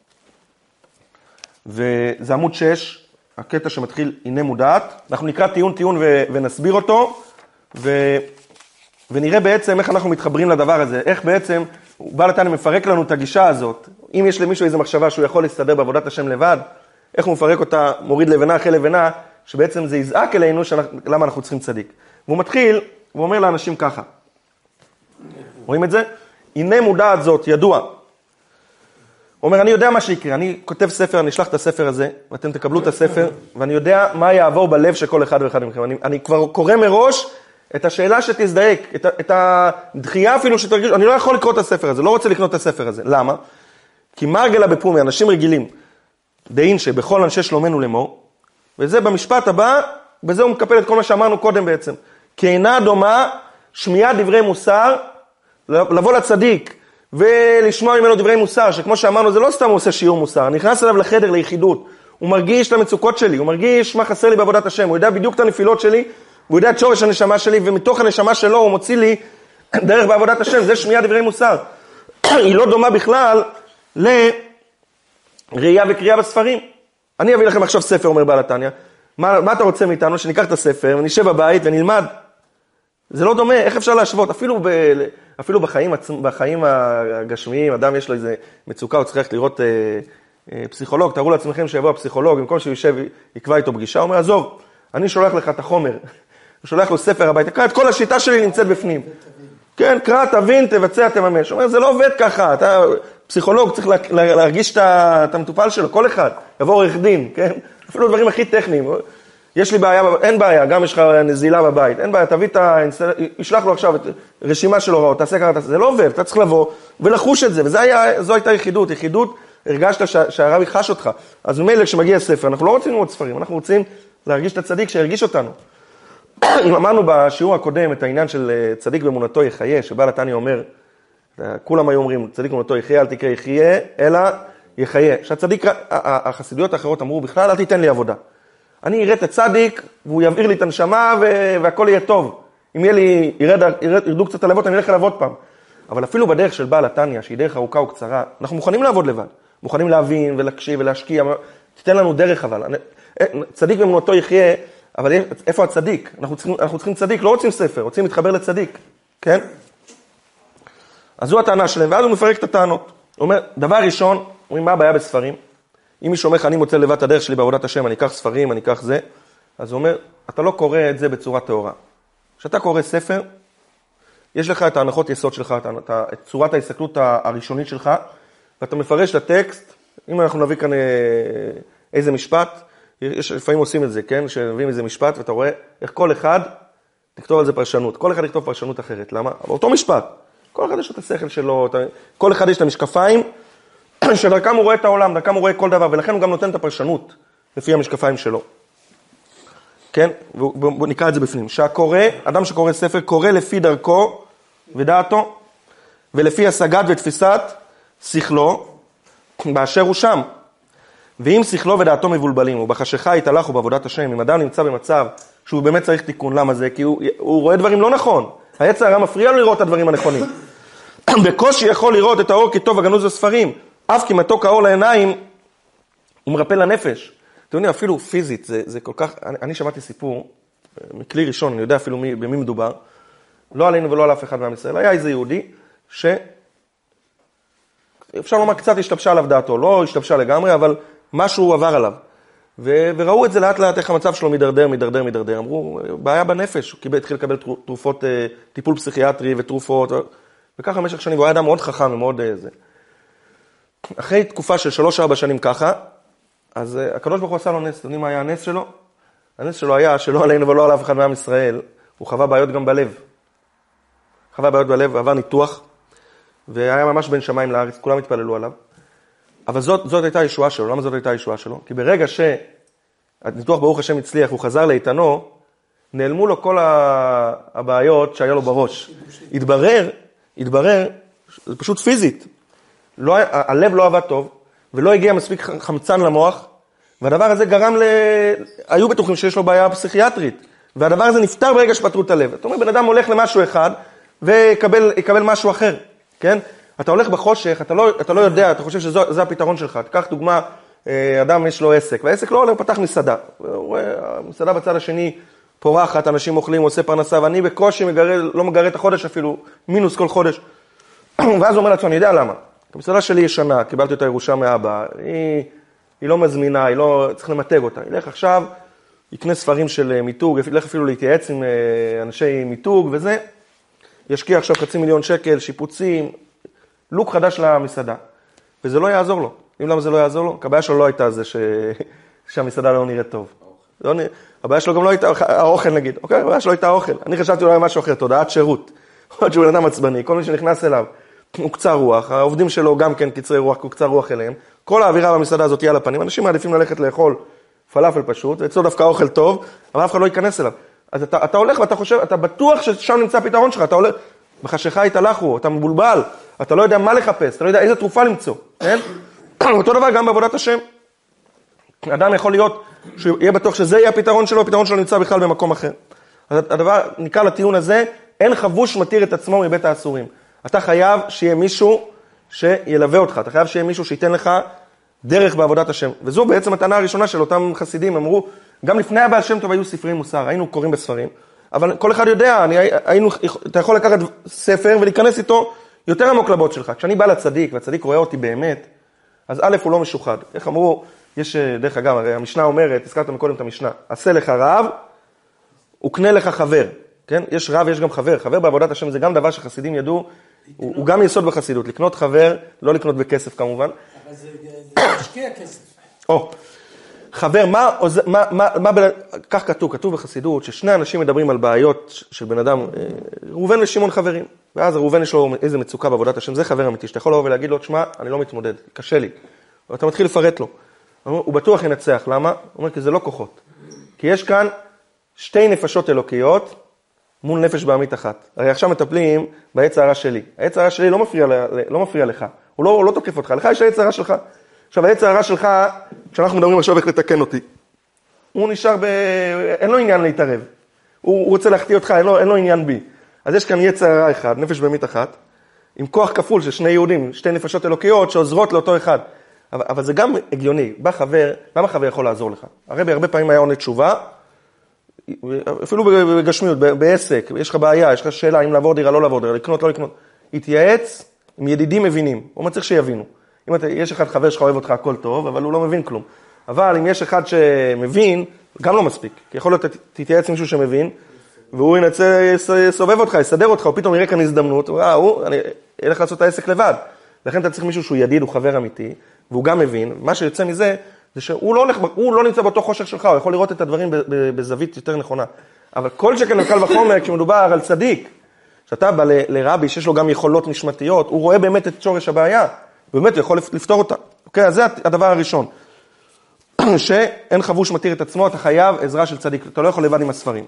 וזה עמוד 6, הקטע שמתחיל הנה מודעת. אנחנו נקרא טיעון ונסביר אותו, ונראה בעצם איך אנחנו מתחברים לדבר הזה, איך בעצם בעל התניא מפרק לנו את הגישה הזאת. אם יש למישהו איזו מחשבה שהוא יכול להסתדר בעבודת השם לבד, איך הוא מפרק אותה, מוריד לבנה אחרי לבנה, שבעצם זה יזעק אלינו למה אנחנו צריכים צדיק. והוא מתחיל, הוא אומר לאנשים ככה. רואים את זה? הנה מודעת זאת, ידוע. הוא אומר, אני יודע מה שיקרה, אני כותב ספר, אני אשלח את הספר הזה, ואתם תקבלו את הספר, ואני יודע מה יעבור בלב של כל אחד ואחד מכם. אני כבר קורא מראש את השאלה שתזדהק, את הדחייה אפילו שתרגיש, אני לא יכול לקרוא את הספר הזה, לא רוצה לקנות את הספר הזה. למה? כי מרגלה בפומי, אנשים רגילים, דין שבכל אנשי שלומנו לאמור, וזה במשפט הבא, בזה הוא מקפל את כל מה שאמרנו קודם בעצם. כי אינה דומה שמיעת דברי מוסר, לבוא לצדיק ולשמוע ממנו דברי מוסר, שכמו שאמרנו זה לא סתם הוא עושה שיעור מוסר, נכנס אליו לחדר, ליחידות, הוא מרגיש את המצוקות שלי, הוא מרגיש מה חסר לי בעבודת השם, הוא יודע בדיוק את הנפילות שלי, הוא יודע את שורש הנשמה שלי, ומתוך הנשמה שלו הוא מוציא לי דרך בעבודת השם, זה שמיעת דברי מוסר. היא לא דומה בכלל לראייה וקריאה בספרים. אני אביא לכם עכשיו ספר, אומר בעל התניא, מה אתה רוצה מאיתנו? שניקח את הספר ונשב בבית ונלמד. זה לא דומה, איך אפשר להשוות? אפילו בחיים הגשמיים, אדם יש לו איזה מצוקה, הוא צריך ללכת לראות פסיכולוג, תראו לעצמכם שיבוא הפסיכולוג, במקום שהוא יושב, יקבע איתו פגישה, הוא אומר, עזור, אני שולח לך את החומר, הוא שולח לו ספר הביתה, קרא את כל השיטה שלי נמצאת בפנים. כן, קרא, תבין, תבצע, תממש. הוא אומר, זה לא עובד ככה, אתה פסיכולוג צריך להרגיש את המטופל שלו, כל אחד, יבוא עורך דין, כן? אפילו דברים הכי טכניים. יש לי בעיה, אין בעיה, גם יש לך נזילה בבית, אין בעיה, תביא ישלח לו עכשיו את רשימה של הוראות, תעשה ככה, זה לא עובד, אתה צריך לבוא ולחוש את זה, וזו הייתה יחידות, הרגשת שהרב יחש אותך. אז ממילא כשמגיע ספר, אנחנו לא רוצים לראות ספרים, אנחנו רוצים להרגיש את הצדיק שירגיש אותנו. אם אמרנו בשיעור הקודם את העניין של צדיק באמונתו יחיה, שבעל התניא אומר, כולם היו אומרים, צדיק באמונתו יחיה, אל תקרא יחיה, אלא יחיה. שהצדיק, החסידויות האחרות אמרו בכלל, אל תיתן לי עבודה. אני אראה את הצדיק, והוא יבעיר לי את הנשמה, והכל יהיה טוב. אם ירדו קצת הלוות, אני אלך לעבוד פעם. אבל אפילו בדרך של בעל התניא, שהיא דרך ארוכה וקצרה, אנחנו מוכנים לעבוד לבד. מוכנים להבין ולהקשיב ולהשקיע. תיתן לנו דרך אבל. צדיק באמונתו יחיה, אבל איפה הצדיק? אנחנו צריכים צדיק, לא רוצים ספר, רוצים להתחבר לצדיק. כן? אז זו הטענה שלהם, ואז הוא מפרק את הטענות. הוא אומר, דבר ראשון, אומרים, מה הבעיה בספרים? אם מישהו אומר, אני מוצא לבד את הדרך שלי בעבודת השם, אני אקח ספרים, אני אקח זה, אז הוא אומר, אתה לא קורא את זה בצורה תאורה. כשאתה קורא ספר, יש לך את ההנחות יסוד שלך, את צורת ההסתכלות הראשונית שלך, ואתה מפרש את הטקסט, אם אנחנו נביא כאן איזה משפט, לפעמים עושים את זה, כן? שנביאים איזה משפט, ואתה רואה איך כל אחד תכתוב על זה פרשנות. כל אחד יכתוב פרשנות אחרת. למה? אבל אותו משפט. כל אחד יש את השכל שלו, כל אחד יש את המשקפיים, שדרכם הוא רואה את העולם, דרכם הוא רואה כל דבר, ולכן הוא גם נותן את הפרשנות לפי המשקפיים שלו. כן? בואו נקרא את זה בפנים. שהקורא, אדם שקורא ספר, קורא לפי דרכו ודעתו, ולפי השגת ותפיסת שכלו, באשר הוא שם. ואם שכלו ודעתו מבולבלים, ובחשיכה התהלך ובעבודת השם, אם אדם נמצא במצב שהוא באמת צריך תיקון, למה זה? כי הוא רואה דברים לא נכון. היצר הרע מפריע לו לראות את הדברים הנכונים. בקושי יכול לראות את האור כטוב הגנוז בספרים, אף כי מתוק האור לעיניים, הוא מרפא לנפש. אתם יודעים, אפילו פיזית, זה כל כך, אני שמעתי סיפור, מכלי ראשון, אני יודע אפילו במי מדובר, לא עלינו ולא על אף אחד מעם ישראל, היה איזה יהודי, שאפשר לומר קצת השתבשה עליו דעתו, לא השתבשה לגמרי, אבל משהו עבר עליו. וראו את זה לאט לאט איך המצב שלו מדרדר. אמרו, בעיה בנפש, הוא התחיל לקבל תרופות, טיפול פסיכיאטרי ותרופות, וככה במשך שנים, הוא היה אדם מאוד חכם ומאוד זה. אחרי תקופה של 3-4 שנים ככה, אז הקדוש ברוך הוא עשה לו נס. אתם יודעים מה היה הנס שלו? הנס שלו היה שלא עלינו ולא על אף אחד מעם ישראל, הוא חווה בעיות גם בלב. עבר ניתוח, והיה ממש בין שמיים לארץ, כולם התפללו עליו. אבל זאת הייתה הישועה שלו. למה זאת הייתה הישועה שלו? כי ברגע שהניתוח ברוך השם הצליח, הוא חזר לאיתנו, נעלמו לו כל הבעיות שהיה לו בראש. התברר, זה פשוט פיזית. הלב לא עבד טוב, ולא הגיע מספיק חמצן למוח, והדבר הזה גרם היו בטוחים שיש לו בעיה פסיכיאטרית, והדבר הזה נפטר ברגע שפטרו את הלב. אתה אומר, בן אדם הולך למשהו אחד, ויקבל משהו אחר, כן? אתה הולך בחושך, אתה לא יודע, אתה חושב שזה הפתרון שלך. תיקח דוגמה, אדם יש לו עסק, והעסק לא עולה, הוא פתח מסעדה. המסעדה בצד השני פורחת, אנשים אוכלים, עושה פרנסה, ואני בקושי לא מגרה את החודש אפילו, מינוס כל חודש. ואז הוא אומר לעצמו, אני יודע למה. המסעדה שלי ישנה, קיבלתי אותה ירושה מאבא, היא היא לא מזמינה, היא לא, צריך למתג אותה. ילך עכשיו, יקנה ספרים של מיתוג, ילך אפילו להתייעץ עם אנשי מיתוג וזה, ישקיע עכשיו 500,000 שקל, שיפוצים, לוק חדש למסעדה. וזה לא יעזור לו. אם למה זה לא יעזור לו? כי הבעיה שלו לא הייתה זה שהמסעדה לא נראית טוב. הבעיה שלו גם לא הייתה האוכל נגיד. אוקיי, הבעיה שלו הייתה האוכל. אני חשבתי אולי משהו אחר, תודעת שירות. עוד שהוא בן אדם עצבני, כל מי שנכנס אליו הוא קצר רוח, העובדים שלו גם כן קצרי רוח, הוא קצר רוח אליהם. כל האווירה במסעדה הזאת היא על הפנים, אנשים מעדיפים ללכת לאכול פלאפל פשוט, ואצלו דווקא אוכל טוב, אבל אף אחד לא ייכנס אליו. אז אתה הולך ואתה חושב, אתה בטוח ששם נמצא הפתרון שלך, אתה הולך, בחשיכה התהלכו, אתה מבולבל, אתה לא יודע מה לחפש, אתה לא יודע איזה תרופה למצוא, כן? אותו דבר גם בעבודת השם. אדם יכול להיות, שיהיה בטוח שזה יהיה הפתרון שלו, הפתרון שלו נמצא בכלל במקום אחר. אז הדבר, נקרא לטיעון הזה, אין חבוש מתיר את עצמו מבית האסורים. אתה חייב שיהיה מישהו שילווה אותך, אתה חייב שיהיה מישהו שייתן לך דרך בעבודת השם. וזו בעצם הטענה הראשונה של אותם חסידים, אמרו, גם לפני הבעל שם טוב היו ספרי מוסר, היינו קוראים בספרים, אבל כל אחד יודע, אתה יכול לקחת ספר ולהיכנס איתו יותר עמוק לבוט שלך. כשאני בא לצדיק, והצדיק רואה אותי באמת, אז א' הוא לא משוחד. איך אמרו, יש דרך אגב, הרי המשנה אומרת, הזכרת מקודם את המשנה, עשה לך רב, וקנה לך חבר. כן? יש רב, יש גם חבר. חבר בעבודת השם זה גם דבר שחסידים ידעו, הוא גם יסוד בחסידות. לקנות חבר, לא לקנות בכסף כמובן. אבל זה משקיע כסף. חבר, כך כתוב בחסידות, ששני אנשים מדברים על בעיות של בן אדם, ראובן ושמעון חברים, ואז ראובן יש לו איזה מצוקה בעבודת השם, זה חבר אמיתי, שאתה יכול לבוא ולהגיד לו, תשמע, אני לא מתמודד, קשה לי. ואתה מתחיל לפרט לו. הוא בטוח ינצח, למה? הוא אומר, כי זה לא כוחות. כי יש כאן שתי נפשות אלוקיות, מול נפש בעמית אחת. הרי עכשיו מטפלים בעץ הרע שלי. העץ הרע שלי לא מפריע לך. הוא לא תוקף אותך. לך יש העץ הרע שלך. עכשיו, העץ הרע שלך, כשאנחנו מדברים עכשיו איך לתקן אותי, הוא נשאר אין לו עניין להתערב. הוא רוצה להחטיא אותך, אין לו עניין בי. אז יש כאן יצר הרע אחד, נפש בעמית אחת, עם כוח כפול של שני יהודים, שתי נפשות אלוקיות שעוזרות לאותו אחד. אבל זה גם הגיוני. בא חבר, למה חבר יכול לעזור לך? הרבי הרבה פעמים היה עונה תשובה, אפילו בגשמיות, בעסק, יש לך בעיה, יש לך שאלה אם לעבור דירה, לא לעבור דירה, לקנות, לא לקנות. התייעץ עם ידידים מבינים, הוא צריך שיבינו. אם יש אחד חבר שלך אוהב אותך, הכל טוב, אבל הוא לא מבין כלום. אבל אם יש אחד שמבין, גם לא מספיק. כי יכול להיות, תתייעץ עם מישהו שמבין, והוא יסובב אותך, יסדר אותך, או פתאום יראה כאן הזדמנות, הוא ילך לעשות את העסק לבד. לכן אתה צריך מישהו שהוא ידיד, הוא חבר אמיתי, והוא גם מבין. מה שיוצא מזה, זה שהוא לא נמצא באותו חושך שלך, הוא יכול לראות את הדברים בזווית יותר נכונה. אבל כל שכן נקל וחומר, כשמדובר על צדיק, שאתה בא לרבי, שיש לו גם יכולות נשמתיות, הוא רואה באמת את שורש הבעיה, באמת הוא יכול לפתור אותה. אוקיי, אז זה הדבר הראשון. שאין חבוש מתיר את עצמו, אתה חייב עזרה של צדיק, אתה לא יכול לבד עם הספרים.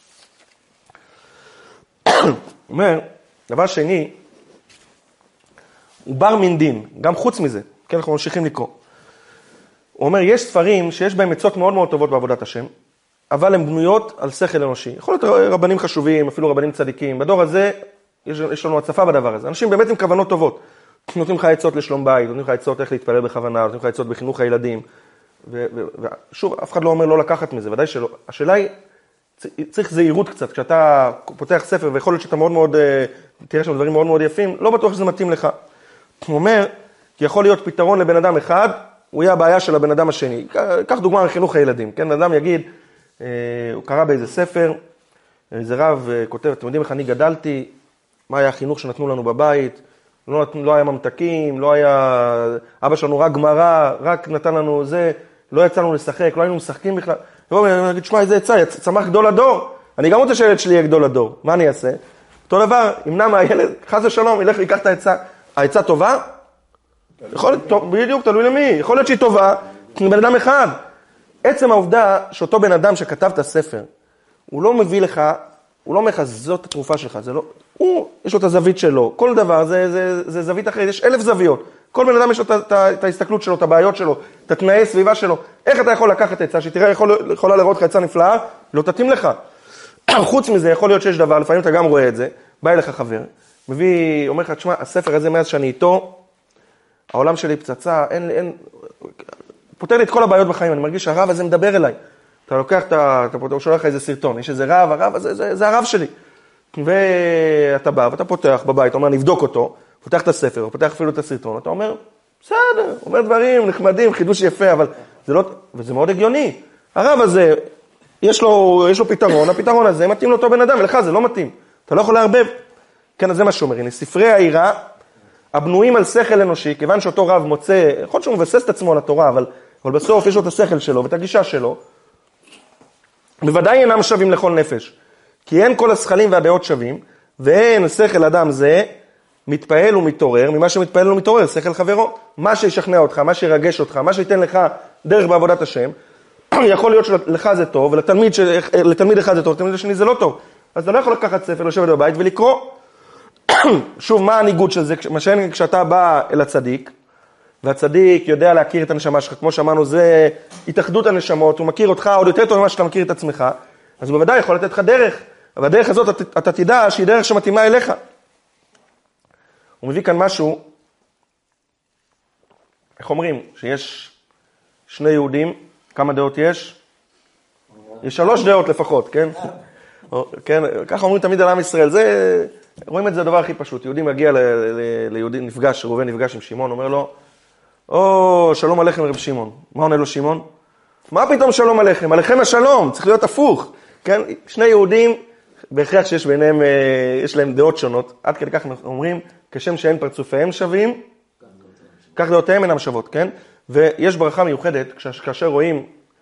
אומר, דבר שני, הוא בר מן דין, גם חוץ מזה, כן, אנחנו ממשיכים לקרוא. הוא אומר, יש ספרים שיש בהם עצות מאוד מאוד טובות בעבודת השם, אבל הן בנויות על שכל אנושי. יכול להיות רבנים חשובים, אפילו רבנים צדיקים. בדור הזה, יש לנו הצפה בדבר הזה. אנשים באמת עם כוונות טובות. נותנים לך עצות לשלום בית, נותנים לך עצות איך להתפלל בכוונה, נותנים לך עצות בחינוך הילדים. ושוב, אף אחד לא אומר לא לקחת מזה, ודאי שלא. השאלה היא, צריך זהירות קצת. כשאתה פותח ספר, ויכול להיות שאתה מאוד מאוד, תראה שם דברים מאוד מאוד יפים, לא בטוח שזה מתאים לך. הוא אומר, כי יכול להיות פתרון לבן אדם אחד, הוא יהיה הבעיה של הבן אדם השני. קח דוגמה לחינוך הילדים, כן? בן אדם יגיד, הוא קרא באיזה ספר, איזה רב כותב, אתם יודעים איך אני גדלתי, מה היה החינוך שנתנו לנו בבית, לא היה ממתקים, לא היה, אבא שלנו רק גמרא, רק נתן לנו זה, לא יצאנו לשחק, לא היינו משחקים בכלל. ואני אגיד, שמע, איזה עצה, צמח גדול הדור, אני גם רוצה שהילד שלי יהיה גדול הדור, מה אני אעשה? אותו דבר, ימנע מהילד, חס ושלום, ילך ויקח את העצה, העצה טובה? יכול להיות, בדיוק, תלוי למי, יכול להיות שהיא טובה, בן אדם אחד. עצם העובדה שאותו בן אדם שכתב את הספר, הוא לא מביא לך, הוא לא אומר לך, זאת התרופה שלך, זה לא, יש לו את הזווית שלו, כל דבר, זה זווית אחרת, יש 1000 זוויות. כל בן אדם יש לו את ההסתכלות שלו, את הבעיות שלו, את התנאי סביבה שלו. איך אתה יכול לקחת עצה, שתראה, יכולה לראות לך עצה נפלאה, לא תתאים לך. חוץ מזה, יכול להיות שיש דבר, לפעמים אתה גם רואה את זה, בא אליך חבר, מביא, אומר לך, תשמע, הספר הזה מאז שאני איתו, העולם שלי פצצה, פותר לי את כל הבעיות בחיים, אני מרגיש שהרב הזה מדבר אליי. אתה לוקח, הוא שולח לך איזה סרטון, יש איזה רב, הרב הזה, זה הרב שלי. ואתה בא, ואתה פותח בבית, אתה אומר, נבדוק אותו, פותח את הספר, פותח אפילו את הסרטון, אתה אומר, בסדר, אומר דברים נחמדים, חידוש יפה, אבל זה לא, וזה מאוד הגיוני. הרב הזה, יש לו פתרון, הפתרון הזה מתאים לאותו בן אדם, ולך זה לא מתאים. אתה לא יכול להרבב. כן, אז זה מה שאומר, הנה, ספרי העירה, הבנויים על שכל אנושי, כיוון שאותו רב מוצא, יכול להיות שהוא מבסס את עצמו על התורה, אבל בסוף יש לו את השכל שלו ואת הגישה שלו, בוודאי אינם שווים לכל נפש, כי אין כל השכלים והדעות שווים, ואין שכל אדם זה מתפעל ומתעורר, ממה שמתפעל ומתעורר, שכל חברו, מה שישכנע אותך, מה שירגש אותך, מה שייתן לך דרך בעבודת השם, יכול להיות שלך זה טוב, ולתלמיד אחד זה טוב, לתלמיד השני זה לא טוב, אז אתה לא יכול לקחת ספר, לשבת בבית ולקרוא. שוב, מה הניגוד של זה? מה שאין כשאתה בא אל הצדיק, והצדיק יודע להכיר את הנשמה שלך, כמו שאמרנו, זה התאחדות הנשמות, הוא מכיר אותך עוד יותר טוב ממה שאתה מכיר את עצמך, אז הוא בוודאי יכול לתת לך דרך, אבל הדרך הזאת אתה תדע שהיא דרך שמתאימה אליך. הוא מביא כאן משהו, איך אומרים, שיש שני יהודים, כמה דעות יש? יש 3 דעות לפחות, כן? כן, ככה אומרים תמיד על עם ישראל, זה, רואים את זה הדבר הכי פשוט, יהודי מגיע ליהודי, נפגש, ראובן נפגש עם שמעון, אומר לו, שלום עליכם רב שמעון. מה עונה לו שמעון? מה פתאום שלום עליכם? עליכם השלום, צריך להיות הפוך. כן? שני יהודים, בהכרח שיש ביניהם, יש להם דעות שונות, עד כדי כך אומרים, כשם שאין פרצופיהם שווים, כך דעותיהם אינם שוות, כן? ויש ברכה מיוחדת, כאשר רואים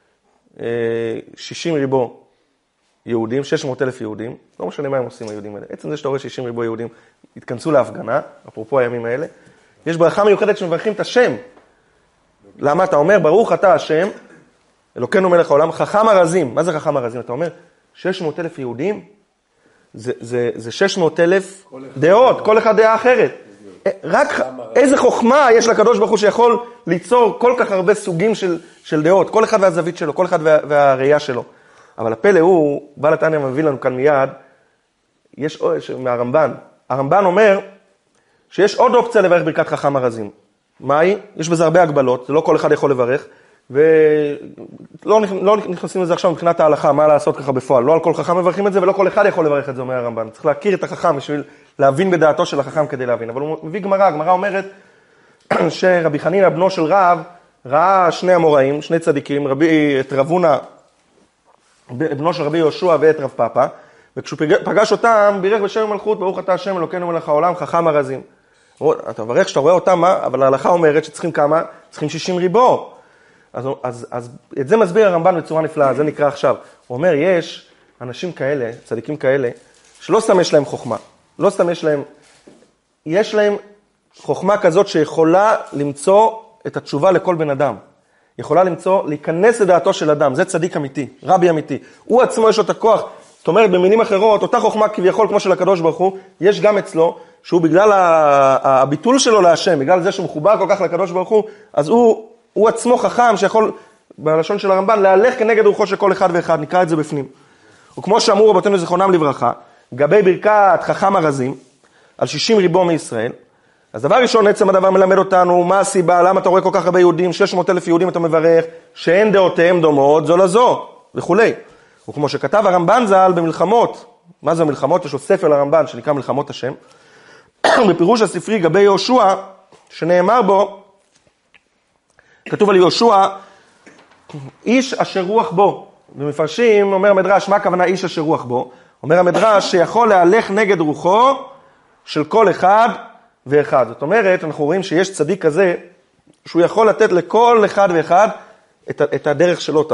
60 ריבו יהודים, 600,000 יהודים, לא משנה מה הם עושים היהודים האלה, עצם זה שאתה רואה 60 ריבו יהודים, התכנסו להפגנה, אפרופו הימים האלה, יש ברכה מיוחדת שמברכים את השם. למה? אתה אומר, ברוך אתה השם, אלוקינו מלך העולם, חכם הרזים. מה זה חכם הרזים? אתה אומר, 600,000 יהודים, זה 600,000 דעות, כל אחד דעה אחרת. רק איזה חוכמה יש לקדוש ברוך הוא שיכול ליצור כל כך הרבה סוגים של דעות, כל אחד והזווית שלו, כל אחד והראייה שלו. אבל הפלא הוא, בעל התניא מביא לנו כאן מיד, יש מהרמב"ן. הרמב"ן אומר שיש עוד אופציה לברך ברכת חכם הרזים. מה היא? יש בזה הרבה הגבלות, זה לא כל אחד יכול לברך, ולא נכנסים לזה עכשיו מבחינת ההלכה, מה לעשות ככה בפועל. לא על כל חכם מברכים את זה, ולא כל אחד יכול לברך את זה, אומר הרמב"ן. צריך להכיר את החכם בשביל להבין בדעתו של החכם כדי להבין. אבל הוא מביא גמרא, הגמרא אומרת שרבי חנינא בנו של רב, ראה שני אמוראים, שני צדיקים, את רב הונא, בנו של רבי יהושע ואת רב פאפא, וכשהוא פגש אותם, בירך בשם מלכות, ברוך אתה השם אלוקינו מלך העולם, חכם הרזים. אתה מברך שאתה רואה אותם, אבל ההלכה אומרת שצריכים כמה? צריכים 60 ריבו. אז את זה מסביר הרמב"ן בצורה נפלאה, זה נקרא עכשיו. הוא אומר, יש אנשים כאלה, צדיקים כאלה, שלא סתם יש להם חוכמה. לא סתם יש להם חוכמה כזאת שיכולה למצוא את התשובה לכל בן אדם. יכולה להיכנס לדעתו של אדם. זה צדיק אמיתי, רבי אמיתי. הוא עצמו יש לו את הכוח. זאת אומרת, במילים אחרות, אותה חוכמה כביכול כמו של הקדוש ברוך הוא, יש גם אצלו, שהוא בגלל הביטול שלו להשם, בגלל זה שהוא מחובר כל כך לקדוש ברוך הוא, אז הוא עצמו חכם שיכול, בלשון של הרמב"ן, להלך כנגד רוחו של כל אחד ואחד, נקרא את זה בפנים. וכמו שאמרו רבותינו זיכרונם לברכה, גבי ברכת חכם הרזים, על 60 ריבו מישראל, אז דבר ראשון, עצם הדבר מלמד אותנו, מה הסיבה, למה אתה רואה כל כך הרבה יהודים, 600,000 יהודים אתה מברך, שאין דעותיהם דומות, זו לזו, וכולי. וכמו שכתב הרמב"ן ז"ל במלחמות, מה זה המלחמות? יש לו ספר לרמב"ן שנקרא מלחמות השם, בפירוש הספרי גבי יהושע, שנאמר בו, כתוב על יהושע, איש אשר רוח בו. ומפרשים, אומר המדרש, מה הכוונה איש אשר רוח בו? אומר המדרש שיכול להלך נגד רוחו של כל אחד ואחד. זאת אומרת, אנחנו רואים שיש צדיק כזה, שהוא יכול לתת לכל אחד ואחד את הדרך שלו,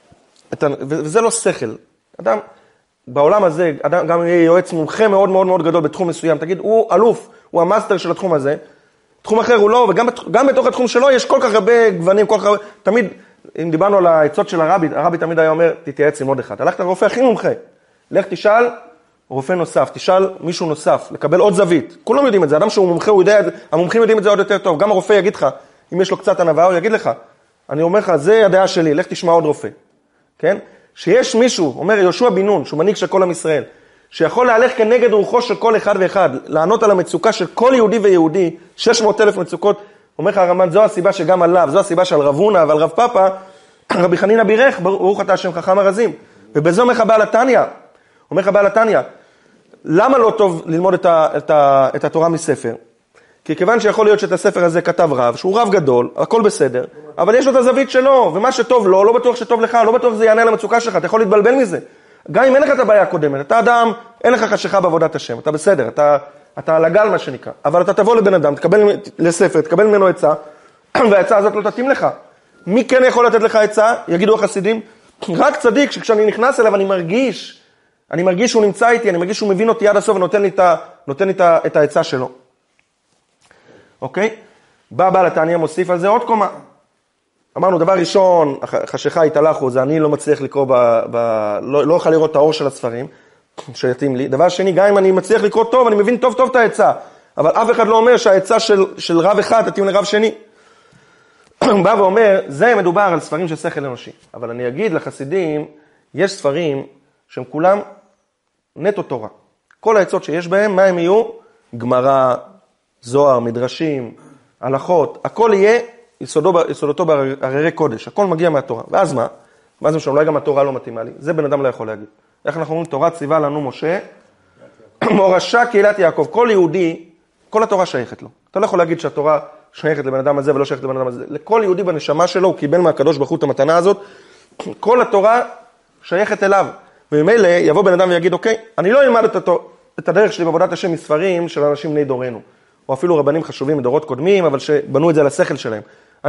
וזה לא שכל. אדם, בעולם הזה, אדם גם יהיה יועץ מומחה מאוד מאוד מאוד גדול בתחום מסוים, תגיד, הוא אלוף, הוא המאסטר של התחום הזה, תחום אחר הוא לא, וגם בתוך התחום שלו יש כל כך הרבה גוונים, כל כך הרבה, תמיד, אם דיברנו על העצות של הרבי תמיד היה אומר, תתייעץ עם עוד אחד, הלכת לרופא הכי מומחה, לך תשאל רופא נוסף, תשאל מישהו נוסף, לקבל עוד זווית, כולם יודעים את זה, אדם שהוא מומחה, הוא יודע, המומחים יודעים את זה עוד יותר טוב, גם הרופא יגיד לך, אם יש לו קצת ענווה, הוא יגיד לך, אני אומר לך, זה הדעה שלי, לך תשמע עוד רופא, כן? שיש מישהו, אומר יהושע בן נון, שהוא מנהיג של כל עם ישראל, שיכול להלך כנגד רוחו של כל אחד ואחד, לענות על המצוקה של כל יהודי ויהודי, 600,000 מצוקות, אומר לך הרמב"ן, זו הסיבה שגם עליו, זו הסיבה שעל רב הונא ועל רב פאפא, רבי חנינא בירך, ברוך אתה השם חכם הרזים. ובזה אומר לך בעל התניא, אומר לך בעל התניא, למה לא טוב ללמוד את התורה מספר? כי כיוון שיכול להיות שאת הספר הזה כתב רב, שהוא רב גדול, הכל בסדר, אבל יש לו את הזווית שלו, ומה שטוב לו, לא בטוח שטוב לך, לא בטוח שזה יענה על המצוקה שלך, אתה יכול להתבלבל מזה. גם אם אין לך את הבעיה הקודמת, אתה אדם, אין לך חשיכה בעבודת השם, אתה בסדר, אתה על הגל מה שנקרא, אבל אתה תבוא לבן אדם, תקבל לספר, תקבל ממנו עצה, והעצה הזאת לא תתאים לך. מי כן יכול לתת לך עצה? יגידו החסידים, רק צדיק שכשאני נכנס אליו אני מרגיש שהוא נמצא איתי, אני מרגיש שהוא מבין אותי עד הסוף ונותן לי את העצה שלו. אוקיי? בא בעל התניא מוסיף על זה עוד קומה. אמרנו, דבר ראשון, חשיכה התהלכו, זה אני לא מצליח לקרוא, לא אוכל לראות את האור של הספרים, שיתאים לי. דבר שני, גם אם אני מצליח לקרוא טוב, אני מבין טוב טוב את העצה, אבל אף אחד לא אומר שהעצה של רב אחד תתאים לרב שני. בא ואומר, זה מדובר על ספרים של שכל אנושי. אבל אני אגיד לחסידים, יש ספרים שהם כולם נטו תורה. כל העצות שיש בהם, מה הם יהיו? גמרא, זוהר, מדרשים, הלכות, הכל יהיה יסודותו בהררי קודש, הכל מגיע מהתורה. ואז מה? מה זה משנה? אולי גם התורה לא מתאימה לי. זה בן אדם לא יכול להגיד. איך אנחנו אומרים? תורה ציווה לנו משה, מורשה קהילת יעקב. כל יהודי, כל התורה שייכת לו. אתה לא יכול להגיד שהתורה שייכת לבן אדם הזה ולא שייכת לבן אדם הזה. לכל יהודי בנשמה שלו, הוא קיבל מהקדוש ברוך הוא את המתנה הזאת, כל התורה שייכת אליו. וממילא יבוא בן אדם ויגיד, אוקיי, אני לא אלמד את הדרך שלי בעבודת השם מספרים של אנשים בני דורנו, או אפילו רבנים חשובים מדורות קודמים, אבל שבנו את זה על השכל שלהם.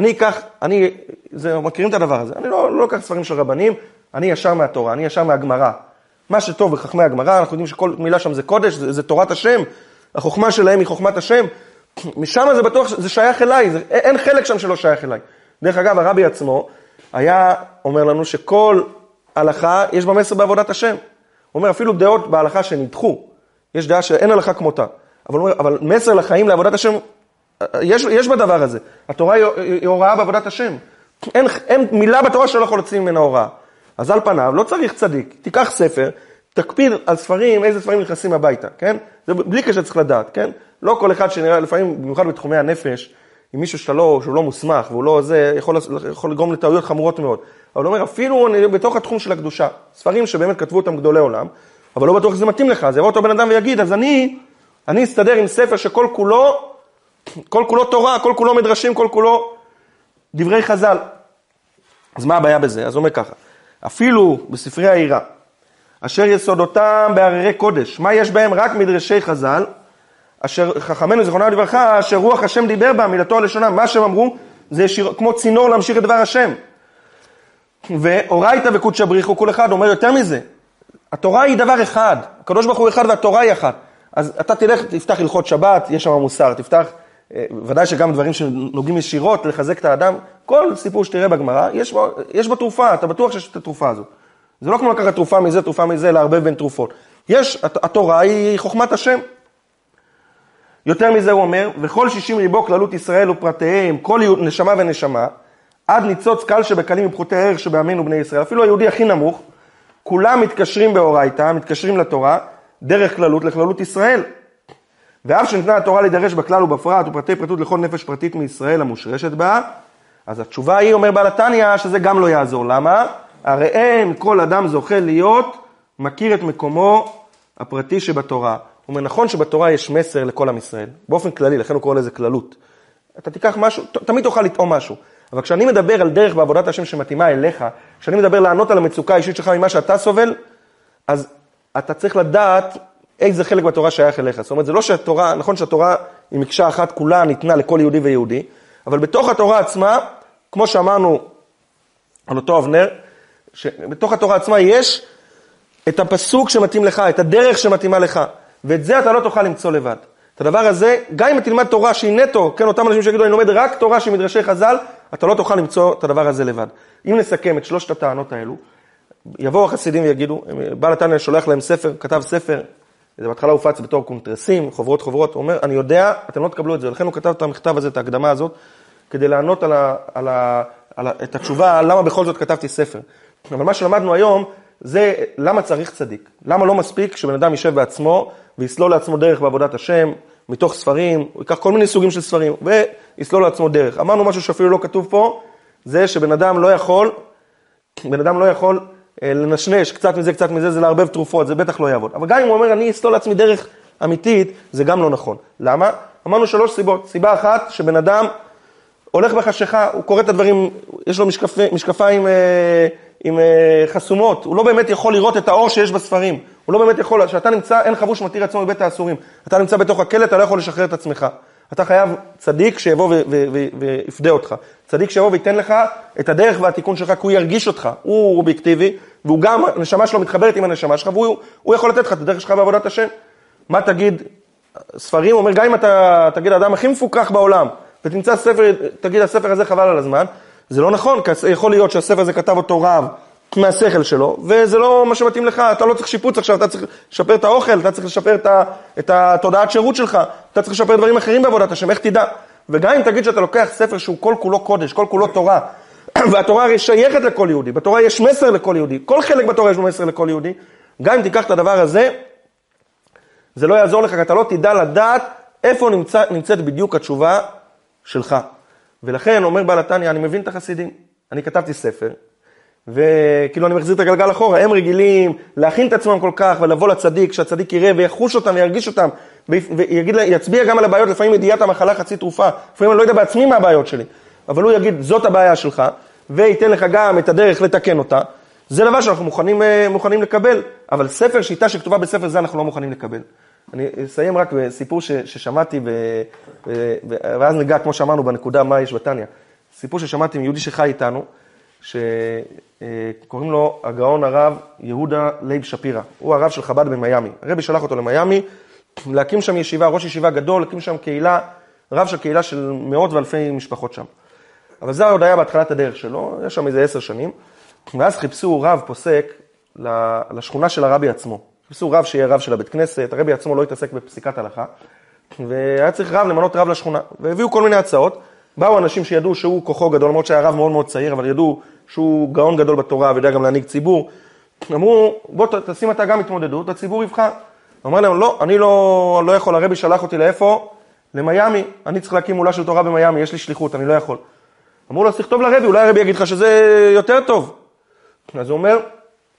מכירים את הדבר הזה, אני לא לוקח ספרים של רבנים, אני ישר מהתורה, אני ישר מהגמרא. מה שטוב בחכמי הגמרא, אנחנו יודעים שכל מילה שם זה קודש, זה תורת השם, החוכמה שלהם היא חוכמת השם, משם זה בטוח, זה שייך אליי, אין חלק שם שלא שייך אליי. דרך אגב, הרבי עצמו היה אומר לנו שכל הלכה יש בה מסר בעבודת השם. הוא אומר, אפילו דעות בהלכה שנדחו, יש דעה שאין הלכה כמותה. אבל מסר לחיים לעבודת השם, יש בדבר הזה. התורה היא הוראה בעבודת השם. אין מילה בתורה שלא יכול להוציא ממנה הוראה. אז על פניו לא צריך צדיק. תיקח ספר, תקפיד על ספרים, איזה ספרים נכנסים הביתה, כן? זה בלי קשר צריך לדעת, כן? לא כל אחד שנראה, לפעמים, במיוחד בתחומי הנפש, עם מישהו שהוא לא מוסמך, והוא לא זה, יכול לגרום לטעויות חמורות מאוד. אבל הוא אומר, אפילו בתוך התחום של הקדושה, ספרים שבאמת כתבו אותם גדולי עולם, אבל לא בטוח שזה מתאים לך. אז יבוא אותו בן אדם ויגיד, אז אני אסתדר עם ספר שכל כולו תורה, כל כולו מדרשים, כל כולו דברי חז"ל. אז מה הבעיה בזה? אז הוא אומר ככה, אפילו בספרי העירה, אשר יסודותם בהררי קודש, מה יש בהם? רק מדרשי חז"ל, אשר חכמנו זיכרונם לברכה, אשר רוח השם דיבר בה, מילתו הלשונה, מה שהם אמרו, זה כמו צינור להמשיך את דבר השם. ואורייתא וקודשא בריחו, כל אחד אומר יותר מזה. התורה היא דבר אחד, הקדוש ברוך הוא אחד והתורה היא אחת. אז אתה תפתח הלכות שבת, יש שם מוסר, תפתח, ודאי שגם דברים שנוגעים ישירות לחזק את האדם, כל סיפור שתראה בגמרא, יש בה תרופה, אתה בטוח שיש את התרופה הזאת. זה לא כמו לקחת תרופה מזה, לערבב בין תרופות. התורה היא חוכמת השם. יותר מזה הוא אומר, וכל 60 ריבו כללות ישראל ופרטיהם, כל נשמה ונשמה, עד ניצוץ קל שבקלים מבחותי הערך שבעמנו בני ישראל, אפילו היהודי הכי נמוך, כולם מתקשרים באורייתא, מתקשרים לתורה, דרך כללות לכללות ישראל. ואף שניתנה התורה להידרש בכלל ובפרט, ופרטי פרטות לכל נפש פרטית מישראל המושרשת בה, אז התשובה היא, אומר בעל התניא, שזה גם לא יעזור. למה? הרי אין כל אדם זוכה להיות, מכיר את מקומו הפרטי שבתורה. הוא אומר, נכון שבתורה יש מסר לכל עם ישראל, באופן כללי, לכן הוא קורא לזה כללות. אתה תיקח משהו, תמיד תוכל לטעום משהו. אבל כשאני מדבר על דרך בעבודת השם שמתאימה אליך, כשאני מדבר לענות על המצוקה האישית שלך ממה שאתה סובל, אז אתה צריך לדעת איזה חלק בתורה שייך אליך. זאת אומרת, זה לא שהתורה, נכון שהתורה היא מקשה אחת, כולה ניתנה לכל יהודי ויהודי, אבל בתוך התורה עצמה, כמו שאמרנו על אותו אבנר, שבתוך התורה עצמה יש את הפסוק שמתאים לך, את הדרך שמתאימה לך, ואת זה אתה לא תוכל למצוא לבד. את הדבר הזה, גם אם תלמד תורה שהיא נטו, כן, אותם אנשים שיגידו, אני לומד רק תורה שהיא מדרשי חז"ל, אתה לא תוכל למצוא את הדבר הזה לבד. אם נסכם את שלושת הטענות האלו, יבואו החסידים ויגידו, בעל התניא שולח להם ספר, כתב ספר, זה בהתחלה הופץ בתור קונטרסים, חוברות, הוא אומר, אני יודע, אתם לא תקבלו את זה, לכן הוא כתב את המכתב הזה, את ההקדמה הזאת, כדי לענות את התשובה, למה בכל זאת כתבתי ספר. אבל מה שלמדנו היום, זה למה צריך צדיק. למה לא מספיק שבן אדם יישב בעצמו, ויסלול לעצמו דרך בעבודת השם, מתוך ספרים, הוא ייקח כל מיני סוגים של ספרים, ויסלול לעצמו דרך. אמרנו משהו שאפילו לא כתוב פה, זה שבן אדם לא יכול לנשנש קצת מזה, זה להרבב תרופות, זה בטח לא יעבוד. אבל גם אם הוא אומר, אני אסלול לעצמי דרך אמיתית, זה גם לא נכון. למה? אמרנו 3 סיבות. סיבה אחת, שבן אדם הולך בחשיכה, הוא קורא את הדברים, יש לו משקפיים עם חסומות, הוא לא באמת יכול לראות את האור שיש בספרים, הוא לא באמת יכול, כשאתה נמצא, אין חבוש מתיר עצמו מבית האסורים, אתה נמצא בתוך הכלא, אתה לא יכול לשחרר את עצמך. אתה חייב צדיק שיבוא ויפדה אותך, צדיק שיבוא וייתן לך את הדרך והתיקון שלך, כי הוא ירגיש אותך, הוא אובייקטיבי, והוא גם, הנשמה שלו מתחברת עם הנשמה שלך, והוא יכול לתת לך את הדרך שלך בעבודת השם. מה תגיד? ספרים, אומר, גם אם אתה תגיד, האדם הכי מפוקח בעולם, ותמצא ספר, תגיד, הספר הזה חבל על הזמן, זה לא נכון, כי יכול להיות שהספר הזה כתב אותו רב מהשכל שלו, וזה לא מה שמתאים לך, אתה לא צריך שיפוץ עכשיו, אתה צריך לשפר את האוכל, אתה צריך לשפר את התודעת שירות שלך, אתה צריך לשפר דברים אחרים בעבודת השם, איך תדע? וגם אם תגיד שאתה לוקח ספר שהוא כל כולו קודש, כל כולו תורה, והתורה הרי שייכת לכל יהודי, בתורה יש מסר לכל יהודי, כל חלק בתורה יש מסר לכל יהודי, גם אם תיקח את הדבר הזה, זה לא יעזור לך, כי אתה לא תדע לדעת איפה נמצאת בדיוק התשובה שלך. ולכן, אומר בעל התניא, אני מבין את החסידים. אני כתבתי ספר, וכאילו אני מחזיר את הגלגל אחורה, הם רגילים להכין את עצמם כל כך, ולבוא לצדיק, שהצדיק יראה ויחוש אותם וירגיש אותם, ויצביע גם על הבעיות, לפעמים ידיעת המחלה חצי תרופה, לפעמים אני לא יודע בעצמי מה הבעיות שלי, אבל הוא יגיד, זאת הבעיה שלך, וייתן לך גם את הדרך לתקן אותה, זה דבר שאנחנו מוכנים לקבל, אבל ספר, שיטה שכתובה בספר זה אנחנו לא מוכנים לקבל. אני אסיים רק בסיפור ששמעתי, ואז ניגע, כמו שאמרנו, בנקודה מה יש בתניא. סיפור ששמעתי מיהודי שחי איתנו, שקוראים לו הגאון הרב יהודה לייב שפירא. הוא הרב של חב"ד במיימי. הרבי שלח אותו למיימי, להקים שם ישיבה, ראש ישיבה גדול, להקים שם קהילה, רב של קהילה של מאות ואלפי משפחות שם. אבל זה עוד היה בהתחלת הדרך שלו, יש שם איזה 10 שנים, ואז חיפשו רב פוסק לשכונה של הרבי עצמו. חיפשו רב שיהיה רב של הבית כנסת, הרבי עצמו לא התעסק בפסיקת הלכה, והיה צריך רב למנות רב לשכונה, והביאו כל מיני הצעות, באו אנשים שידעו שהוא כוחו גדול, למרות שהיה רב מאוד מאוד צעיר, אבל ידעו שהוא גאון גדול בתורה, וידע גם להנהיג ציבור, אמרו, בוא תשים אתה גם התמודדות, הציבור יבחר. אמר להם, לא, אני לא יכול, הרבי שלח אותי לאיפה? למיימי, אני צריך להקים מולה של תורה במיימי, יש לי שליחות, אני לא יכול. אמרו לו, אז תכתוב לרבי, אולי הרבי יגיד לך שזה יותר טוב. אז הוא אומר,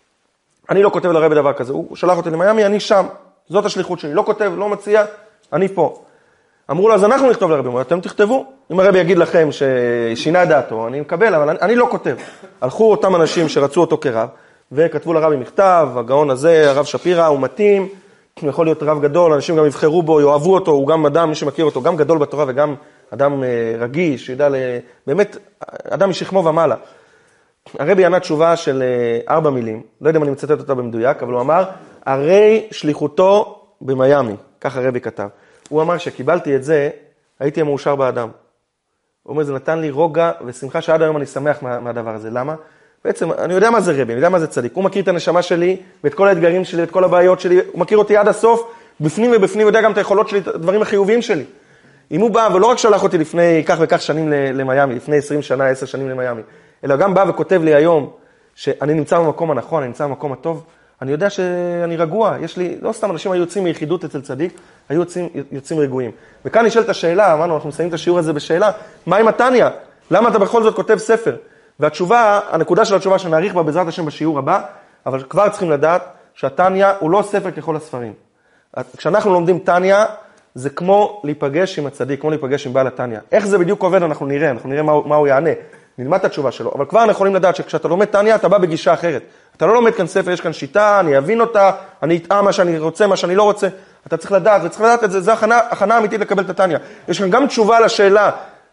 אני לא כותב לרבי דבר כזה, הוא שלח אותי למיימי, אני שם, זאת השליחות שלי, לא כותב, לא מציע, אני פה. אמרו לו, אז אנחנו נכתוב לרבי, אמרו, אתם תכתבו, אם הרבי יגיד לכם ששינה דעתו, אני מקבל, אבל אני לא כותב. הלכו אותם אנשים שרצו אותו כרב, וכתבו לרבי מכתב, הגאון הזה, הרב שפירא, הוא מתאים, הוא יכול להיות רב גדול, אנשים גם יבחרו בו, יאהבו אותו, הוא גם אדם, מי שמכיר אותו, גם גדול בתורה וגם אדם רגיש, שידע באמת, אדם משכמו ומעלה. הרבי ענה תשובה של 4 מילים, לא יודע אם אני מצטט אותה במדויק, אבל הוא אמר, הרי שליחותו במיימי, ככה הרבי כתב. הוא אמר שקיבלתי את זה, הייתי המאושר באדם. הוא אומר, זה נתן לי רוגע ושמחה שעד היום אני שמח מהדבר הזה. למה? בעצם, אני יודע מה זה רבי, אני יודע מה זה צדיק. הוא מכיר את הנשמה שלי, ואת כל האתגרים שלי, ואת כל הבעיות שלי, הוא מכיר אותי עד הסוף, בפנים ובפנים, הוא יודע גם את היכולות שלי, את הדברים החיוביים שלי. אם הוא בא, ולא רק שלח אותי לפני כך וכך שנים למיימי, לפני 20 שנה, 10 שנים למיימי, אלא גם בא וכותב לי היום, שאני נמצא במקום הנכון, אני נמצא במקום הטוב, אני יודע שאני רגוע, יש לי, לא סתם אנשים היו יוצאים מיחידות אצל צדיק, היו יוצאים רגועים. וכאן נשאלת השאלה, אמרנו, אנחנו מסיימים את השיעור הזה בשאלה, מה עם התניא? למה אתה בכל זאת כותב ספר? והתשובה, הנקודה של התשובה שנעריך בה בעזרת השם בשיעור הבא, אבל כבר צריכים לדעת שהתניא הוא לא ספר ככל הספרים. כשאנחנו לומדים תניא, זה כמו להיפגש עם הצדיק, כמו להיפגש עם בעל התניא. איך זה בדיוק עובד, אנחנו נראה מה הוא יענה. נלמד את התשובה שלו, אבל כבר אנחנו יכולים לדעת שכשאתה לומד תניא, אתה בא בגישה אחרת. אתה לא לומד כאן ספר, יש כאן שיטה, אני אבין אותה, אני אטעה מה שאני רוצה, מה שאני לא רוצה. אתה צריך לדעת, וצריך לדעת את זה, זה הכנה אמיתית לקבל את התניא. יש כאן גם תשובה לשאלה,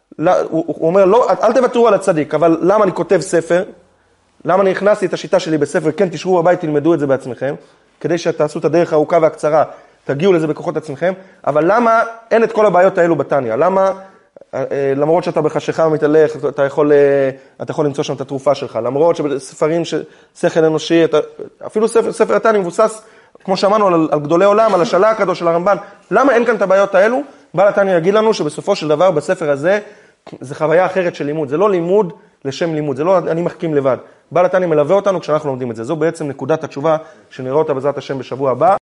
הוא אומר, לא, אל תוותרו על הצדיק, אבל למה אני כותב ספר? למה אני הכנסתי את השיטה שלי בספר? כן, תשבו בבית, תלמדו את זה בעצמכם, כדי שתעשו את הדרך הארוכה והקצרה, תגיעו לזה בכוחות עצמכם, אבל למה אין את כל הבעיות האלו בתניא? למה, למרות שאתה בחשיכה מתהלך, אתה יכול למצוא שם את התרופה שלך, למרות שבספרים שכל אנושי, אפילו ספר התניא מבוסס, כמו שאמרנו, על גדולי עולם, על השאלה הקדוש של הרמב"ן, למה אין כאן את הבעיות האלו? בעל התניא יגיד לנו שבסופו של דבר בספר הזה, זה חוויה אחרת של לימוד, זה לא לימוד לשם לימוד, זה לא אני מחכים לבד. בעל התניא מלווה אותנו כשאנחנו לומדים את זה, זו בעצם נקודת התשובה שנראה אותה בעזרת השם בשבוע הבא.